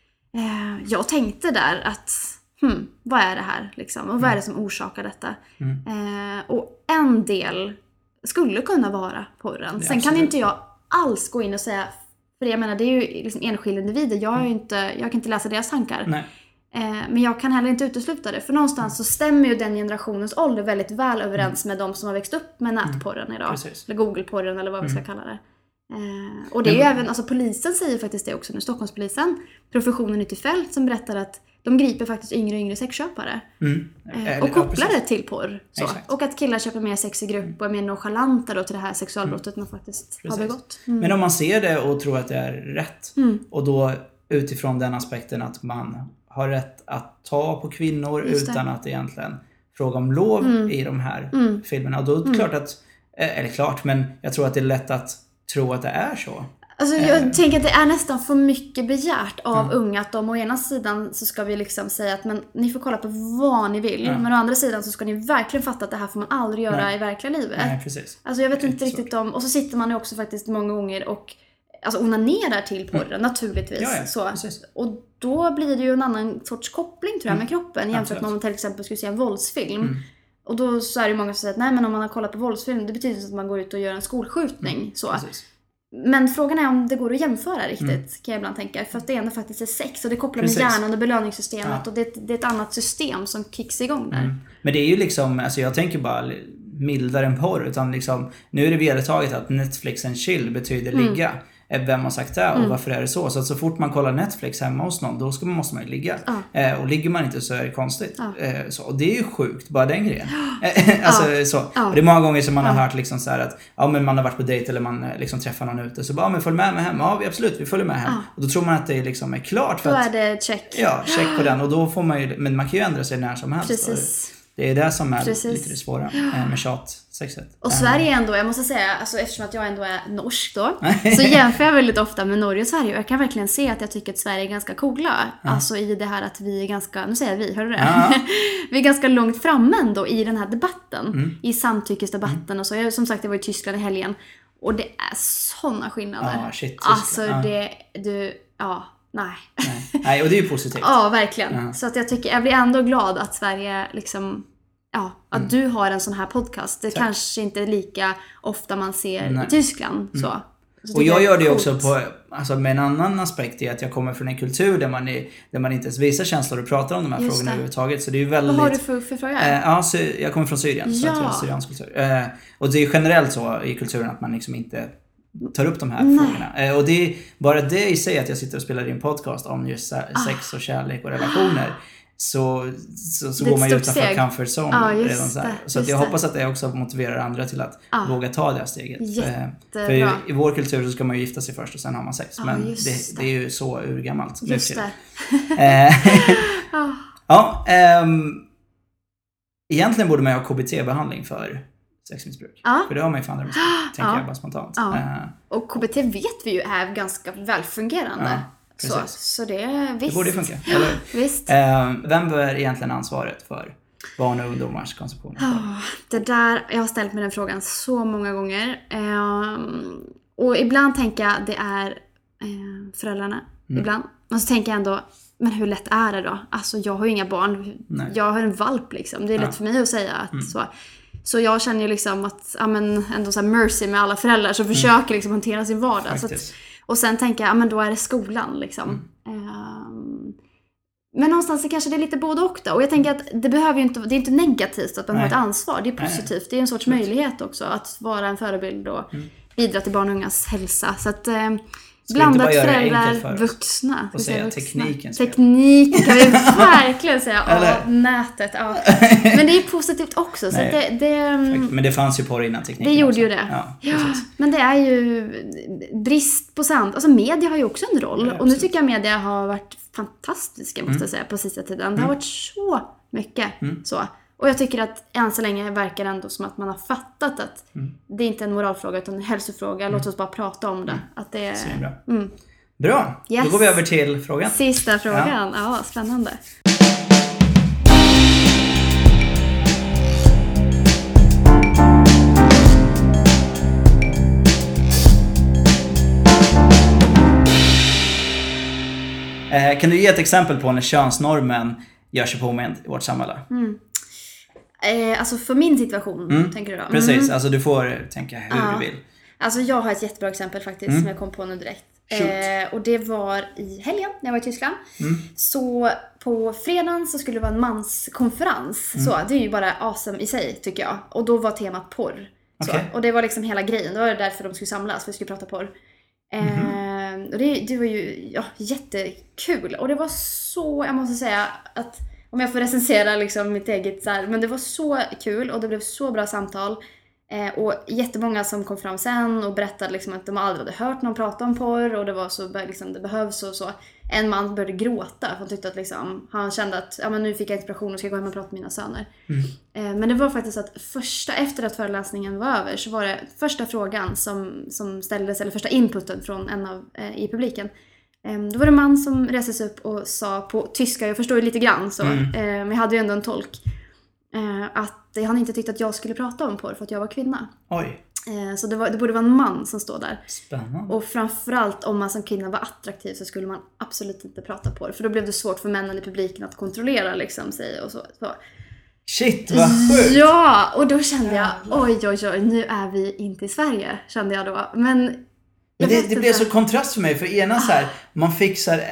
Uh, jag tänkte där att Hmm, vad är det här liksom? Och vad mm. är det som orsakar detta? Mm. Eh, och en del skulle kunna vara porren. Ja, Sen absolut. kan inte jag alls gå in och säga, för jag menar det är ju liksom enskilda individer. Jag, är ju inte, jag kan inte läsa deras tankar. Nej. Eh, men jag kan heller inte utesluta det. För någonstans så stämmer ju den generationens ålder väldigt väl överens mm. med de som har växt upp med nätporren idag. Precis. Eller Google-porren eller vad vi ska mm. kalla det. Eh, och det är ju mm. även, alltså polisen säger faktiskt det också nu, Stockholmspolisen, professionen ute i fält som berättar att de griper faktiskt yngre och yngre sexköpare. Mm. Eh, och kopplar ja, det till porr. Så. Och att killar köper mer sex i grupp och är mer nonchalanta då till det här sexualbrottet mm. man faktiskt precis. har begått. Mm. Men om man ser det och tror att det är rätt mm. och då utifrån den aspekten att man har rätt att ta på kvinnor utan att egentligen fråga om lov mm. i de här mm. filmerna. Och då är det mm. klart att, eller klart, men jag tror att det är lätt att tro att det är så. Alltså jag äh. tänker att det är nästan för mycket begärt av mm. unga att de å ena sidan så ska vi liksom säga att men, ni får kolla på vad ni vill. Mm. Men å andra sidan så ska ni verkligen fatta att det här får man aldrig göra Nej. i verkliga livet. Nej, precis. Alltså jag vet inte riktigt om, och så sitter man ju också faktiskt många gånger och alltså onanerar till porren mm. naturligtvis. Ja, ja, så. Och då blir det ju en annan sorts koppling tror jag mm. med kroppen jämfört med om man till exempel skulle se en våldsfilm. Mm. Och då så är det många som säger att nej men om man har kollat på våldsfilm det betyder att man går ut och gör en skolskjutning. Mm. Så. Precis. Men frågan är om det går att jämföra riktigt mm. kan jag ibland tänka. För att det ändå faktiskt är sex och det kopplar Precis. med hjärnan och belöningssystemet ja. och det, det är ett annat system som kicks igång där. Mm. Men det är ju liksom, alltså jag tänker bara mildare än porr utan liksom, nu är det vedertaget att Netflix and chill betyder ligga. vem har sagt det och mm. varför är det så. Så att så fort man kollar Netflix hemma hos någon, då ska man, måste man ju ligga. Ja. Eh, och ligger man inte så är det konstigt. Ja. Eh, så, och det är ju sjukt, bara den grejen. alltså, ja. så. Ja. Och det är många gånger som man har hört liksom så här att ja, men man har varit på dejt eller man liksom träffar någon ute. Så bara, ja, men följ med mig hem. Ja, vi, absolut, vi följer med hem. Ja. Och då tror man att det liksom är klart. För då att, är det check. Ja, check på den. Och då får man ju, men man kan ju ändra sig när som helst. Precis. Det är det som är Precis. lite det svåra med tjatsexet. Och Sverige ändå, jag måste säga, alltså eftersom att jag ändå är norsk då, så jämför jag väldigt ofta med Norge och Sverige. Och jag kan verkligen se att jag tycker att Sverige är ganska coola. Ja. Alltså i det här att vi är ganska, nu säger jag vi, hör du det? Ja. vi är ganska långt framme ändå i den här debatten. Mm. I samtyckesdebatten mm. och så. Jag, som sagt, jag var i Tyskland i helgen. Och det är såna skillnader. Ja, shit, alltså ja. det, du, ja. Nej. Nej. Nej, och det är ju positivt. Ja, verkligen. Ja. Så att jag tycker, jag blir ändå glad att Sverige liksom, ja, att mm. du har en sån här podcast. Det Tack. Kanske inte är lika ofta man ser Nej. I Tyskland. Så. Mm. Så och jag gör det också på, alltså med en annan aspekt i att jag kommer från en kultur där man, är, där man inte ens visar känslor och pratar om de här Just frågorna det. Överhuvudtaget. Så det är ju väldigt... Vad har du för, för frågor? Eh, ja, så jag kommer från Syrien. Ja. Så jag är syriansk kultur. Eh, och det är generellt så i kulturen att man liksom inte tar upp de här Nej. Frågorna. Eh, och det är bara det i sig att jag sitter och spelar in podcast om just sex och kärlek och relationer. Så, så, så går man ju utanför steg. Comfort zone ah, redan så här. Så att jag det. Hoppas att det också motiverar andra till att ah. våga ta det här steget. Jättebra. För i, i vår kultur så ska man ju gifta sig först och sen har man sex. Ah, Men det, det. det är ju så urgammalt. Just det. ah. Ja, um, egentligen borde man ha K B T-behandling för sexmissbruk. Ah. För det har man ju för andra missbruk, tänker ah. jag bara spontant. Ah. Uh, och K B T vet vi ju är ganska välfungerande. Ah. Så, så det, visst. Det borde funka, eller? Visst. Eh, vem bär egentligen ansvaret för barn och ungdomars konsumtion? Oh, det där, jag har ställt mig den frågan så många gånger. Eh, och ibland tänker jag det är eh, föräldrarna. Mm. Ibland. Och så tänker jag ändå, men hur lätt är det då? Alltså jag har ju inga barn. Nej. Jag har en valp liksom. Det är ja. Lätt för mig att säga att mm. så. Så jag känner ju liksom att, ja men ändå så här mercy med alla föräldrar som mm. försöker liksom hantera sin vardag. Så att, och sen tänker jag, ja men då är det skolan liksom. Mm. Um, men någonstans så kanske det är lite både och då. Och jag tänker att det behöver ju inte, det är inte negativt att man Nej. Har ett ansvar. Det är positivt. Nej. Det är en sorts Absolut. Möjlighet också att vara en förebild och mm. bidra till barn och ungas hälsa. Så att eh, blandat föräldrar, vuxna. Och säga vuxna. Tekniken. Tekniken kan vi verkligen säga. Ja, nätet. Ja. Men det är positivt också. Så att det, det, men det fanns ju på innan tekniken. Det gjorde också. Ju det. Ja, ja, men det är ju brist på sant. Alltså media har ju också en roll. Ja, och nu tycker jag media har varit fantastiska, måste jag mm. säga, på sista tiden. Det har mm. varit så mycket. Mm. Så. Och jag tycker att än så länge verkar det ändå som att man har fattat att mm. det är inte en moralfråga utan en hälsofråga. Mm. Låt oss bara prata om det. Mm. Att det är... Bra. Mm. Bra, yes. Då går vi över till frågan. Sista frågan, ja, ja spännande. Eh, kan du ge ett exempel på när könsnormen gör sig påmind i vårt samhälle? Mm. Eh, alltså för min situation, mm. tänker du då? Precis, mm. alltså du får tänka hur ja. Du vill. Alltså jag har ett jättebra exempel faktiskt mm. som jag kom på nu direkt. Eh, och det var i helgen när jag var i Tyskland. Mm. Så på fredagen så skulle det vara en manskonferens. Mm. Så det är ju bara awesome i sig tycker jag. Och då var temat porr. Okay. Så, och det var liksom hela grejen. Det var därför de skulle samlas, för vi skulle prata porr. Mm-hmm. Eh, och det, det var ju ja, jättekul. Och det var så, jag måste säga att om jag får recensera liksom mitt eget så här, men det var så kul och det blev så bra samtal. Eh, och jättemånga som kom fram sen och berättade liksom att de aldrig hade hört någon prata om porr och det var så liksom, det behövs och så. En man började gråta för han tyckte att liksom, han kände att ja, men nu fick jag inspiration och ska gå hem och prata med mina söner. Mm. Eh, men det var faktiskt att första, efter att föreläsningen var över så var det första frågan som, som ställdes, eller första inputen från en av eh, i publiken. Eh, då var det en man som reste sig upp och sa på tyska, jag förstår ju lite grann så, mm. eh, men jag hade ju ändå en tolk. Eh, att han inte tyckte att jag skulle prata om porr för att jag var kvinna. Oj. Eh, så det, var, det borde vara en man som står där. Spännande. Och framförallt om man som kvinna var attraktiv så skulle man absolut inte prata porr. För då blev det svårt för männen i publiken att kontrollera liksom, sig och så. så. Shit, vad sjukt! Ja, och då kände jag, oj oj oj, nu är vi inte i Sverige, kände jag då. Men, Men det, det blev så kontrast för mig, för ena ah. så här, man fixar en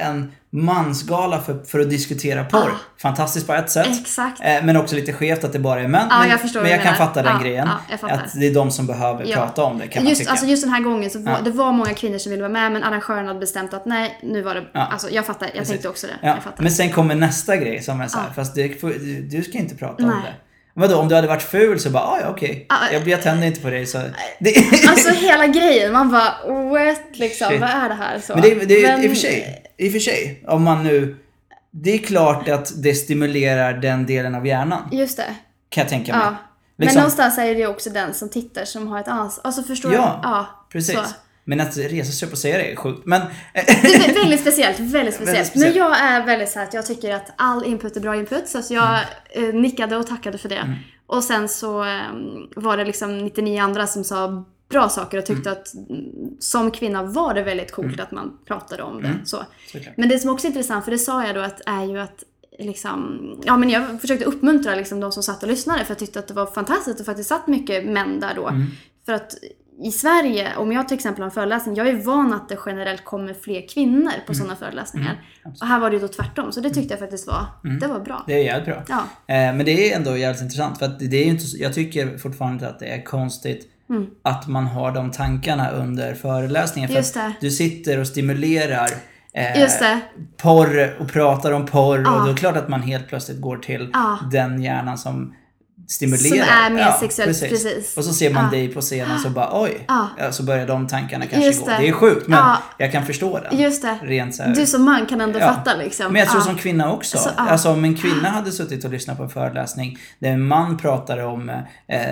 mansgala för, för att diskutera porr. Ah. Fantastiskt på ett sätt. Exakt. Eh, men också lite skevt att det bara är män. Ah, men jag, förstår men jag kan fatta den ah, grejen. Ah, att det är de som behöver ja. prata om det, kan just, man tycka. Alltså just den här gången så var, ja. det var många kvinnor som ville vara med, men arrangören hade bestämt att nej, nu var det... Ja. Alltså jag fattar, jag Precis. tänkte också det. Ja. Jag fattar. Men sen kommer nästa grej som är så här, ah. fast du, du, du ska inte prata nej. om det. Vadå, om du hade varit ful så bara, ah, ja okej, okay. jag, jag tänder inte på dig så... Det... Alltså hela grejen, man bara, what liksom, Shit. vad är det här? Så. Men det, det är men... i och för sig, i och för sig, om man nu... Det är klart att det stimulerar den delen av hjärnan. Just det. Kan jag tänka mig. Ja. Liksom... Men någonstans är det också den som tittar som har ett ansvar. Alltså förstår ja, du? Ja, precis. Så. Men att resa sig upp och säga det är sjukt. Men... det är väldigt speciellt, väldigt speciellt. väldigt speciellt. Men jag är väldigt så här att jag tycker att all input är bra input. Så jag mm. eh, nickade och tackade för det. Mm. Och sen så eh, var det liksom nittionio andra som sa bra saker och tyckte mm. att som kvinna var det väldigt coolt mm. att man pratade om det. Mm. Så. Men det som också är intressant, för det sa jag då, att är ju att liksom, ja men jag försökte uppmuntra liksom de som satt och lyssnade, för jag tyckte att det var fantastiskt och faktiskt satt mycket män där då. Mm. För att i Sverige, om jag till exempel har en föreläsning, jag är van att det generellt kommer fler kvinnor på mm. sådana föreläsningar. Mm, och här var det ju då tvärtom, så det tyckte jag faktiskt var, mm. det var bra. Det är jävligt bra. Ja. Eh, men det är ändå jävligt intressant, för att det är inte, jag tycker fortfarande att det är konstigt mm. att man har de tankarna under föreläsningen. För att du sitter och stimulerar eh, Just det. porr och pratar om porr ja. och då är det klart att man helt plötsligt går till ja. den hjärnan som stimulerar. Som är mer ja, sexuellt, precis. precis. Och så ser man ja. dig på scenen så bara oj, ja. Ja, så börjar de tankarna kanske Just gå. Det. det är sjukt, men ja. jag kan förstå det. Just det. Rent så här. Du som man kan ändå ja. fatta liksom. Men jag tror ja. som kvinna också. Alltså, ja. alltså om en kvinna hade suttit och lyssnat på en föreläsning där en man pratar om eh,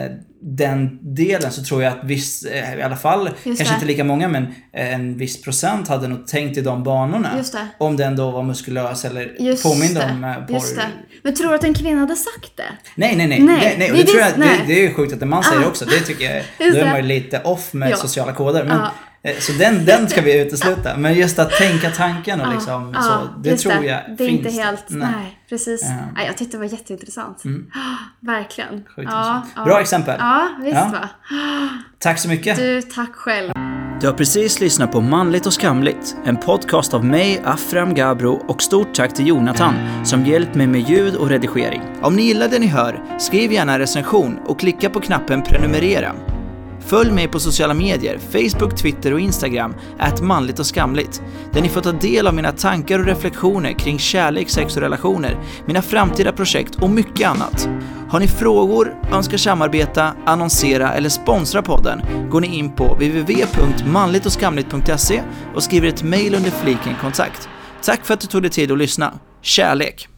den delen, så tror jag att viss, eh, i alla fall, Just kanske det. inte lika många, men eh, en viss procent hade nog tänkt i de banorna. Just det. Om den då var muskulös eller Just påminner det. om eh, porr. Just det. Men tror du att en kvinna hade sagt det? Nej, nej, nej. nej. nej, nej. Det, det, tror jag, nej. det, det är sjukt att en man säger det också. Det tycker jag, då är man ju lite off med ja. sociala koder. Men, ja. Så den, den ska vi utesluta. Men just att tänka tanken och liksom ja, så, det tror det. jag det är finns. inte helt, nej, nej precis. Ja. Nej, jag tyckte det var jätteintressant. Mm. Verkligen. Ja, ja. Bra exempel. Ja, visst ja. va. Tack så mycket. Du, tack själv. Du har precis lyssnat på Manligt och skamligt, en podcast av mig, Afram Gabro, och stort tack till Jonathan som hjälpt mig med ljud och redigering. Om ni gillar det ni hör, skriv gärna en recension och klicka på knappen prenumerera. Följ mig på sociala medier, Facebook, Twitter och Instagram, at manligt och skamligt, där ni får ta del av mina tankar och reflektioner kring kärlek, sex och relationer, mina framtida projekt och mycket annat. Har ni frågor, önskar samarbeta, annonsera eller sponsra podden, går ni in på w w w punkt manligt och skamligt punkt se och skriver ett mejl under fliken kontakt. Tack för att du tog dig tid att lyssna. Kärlek!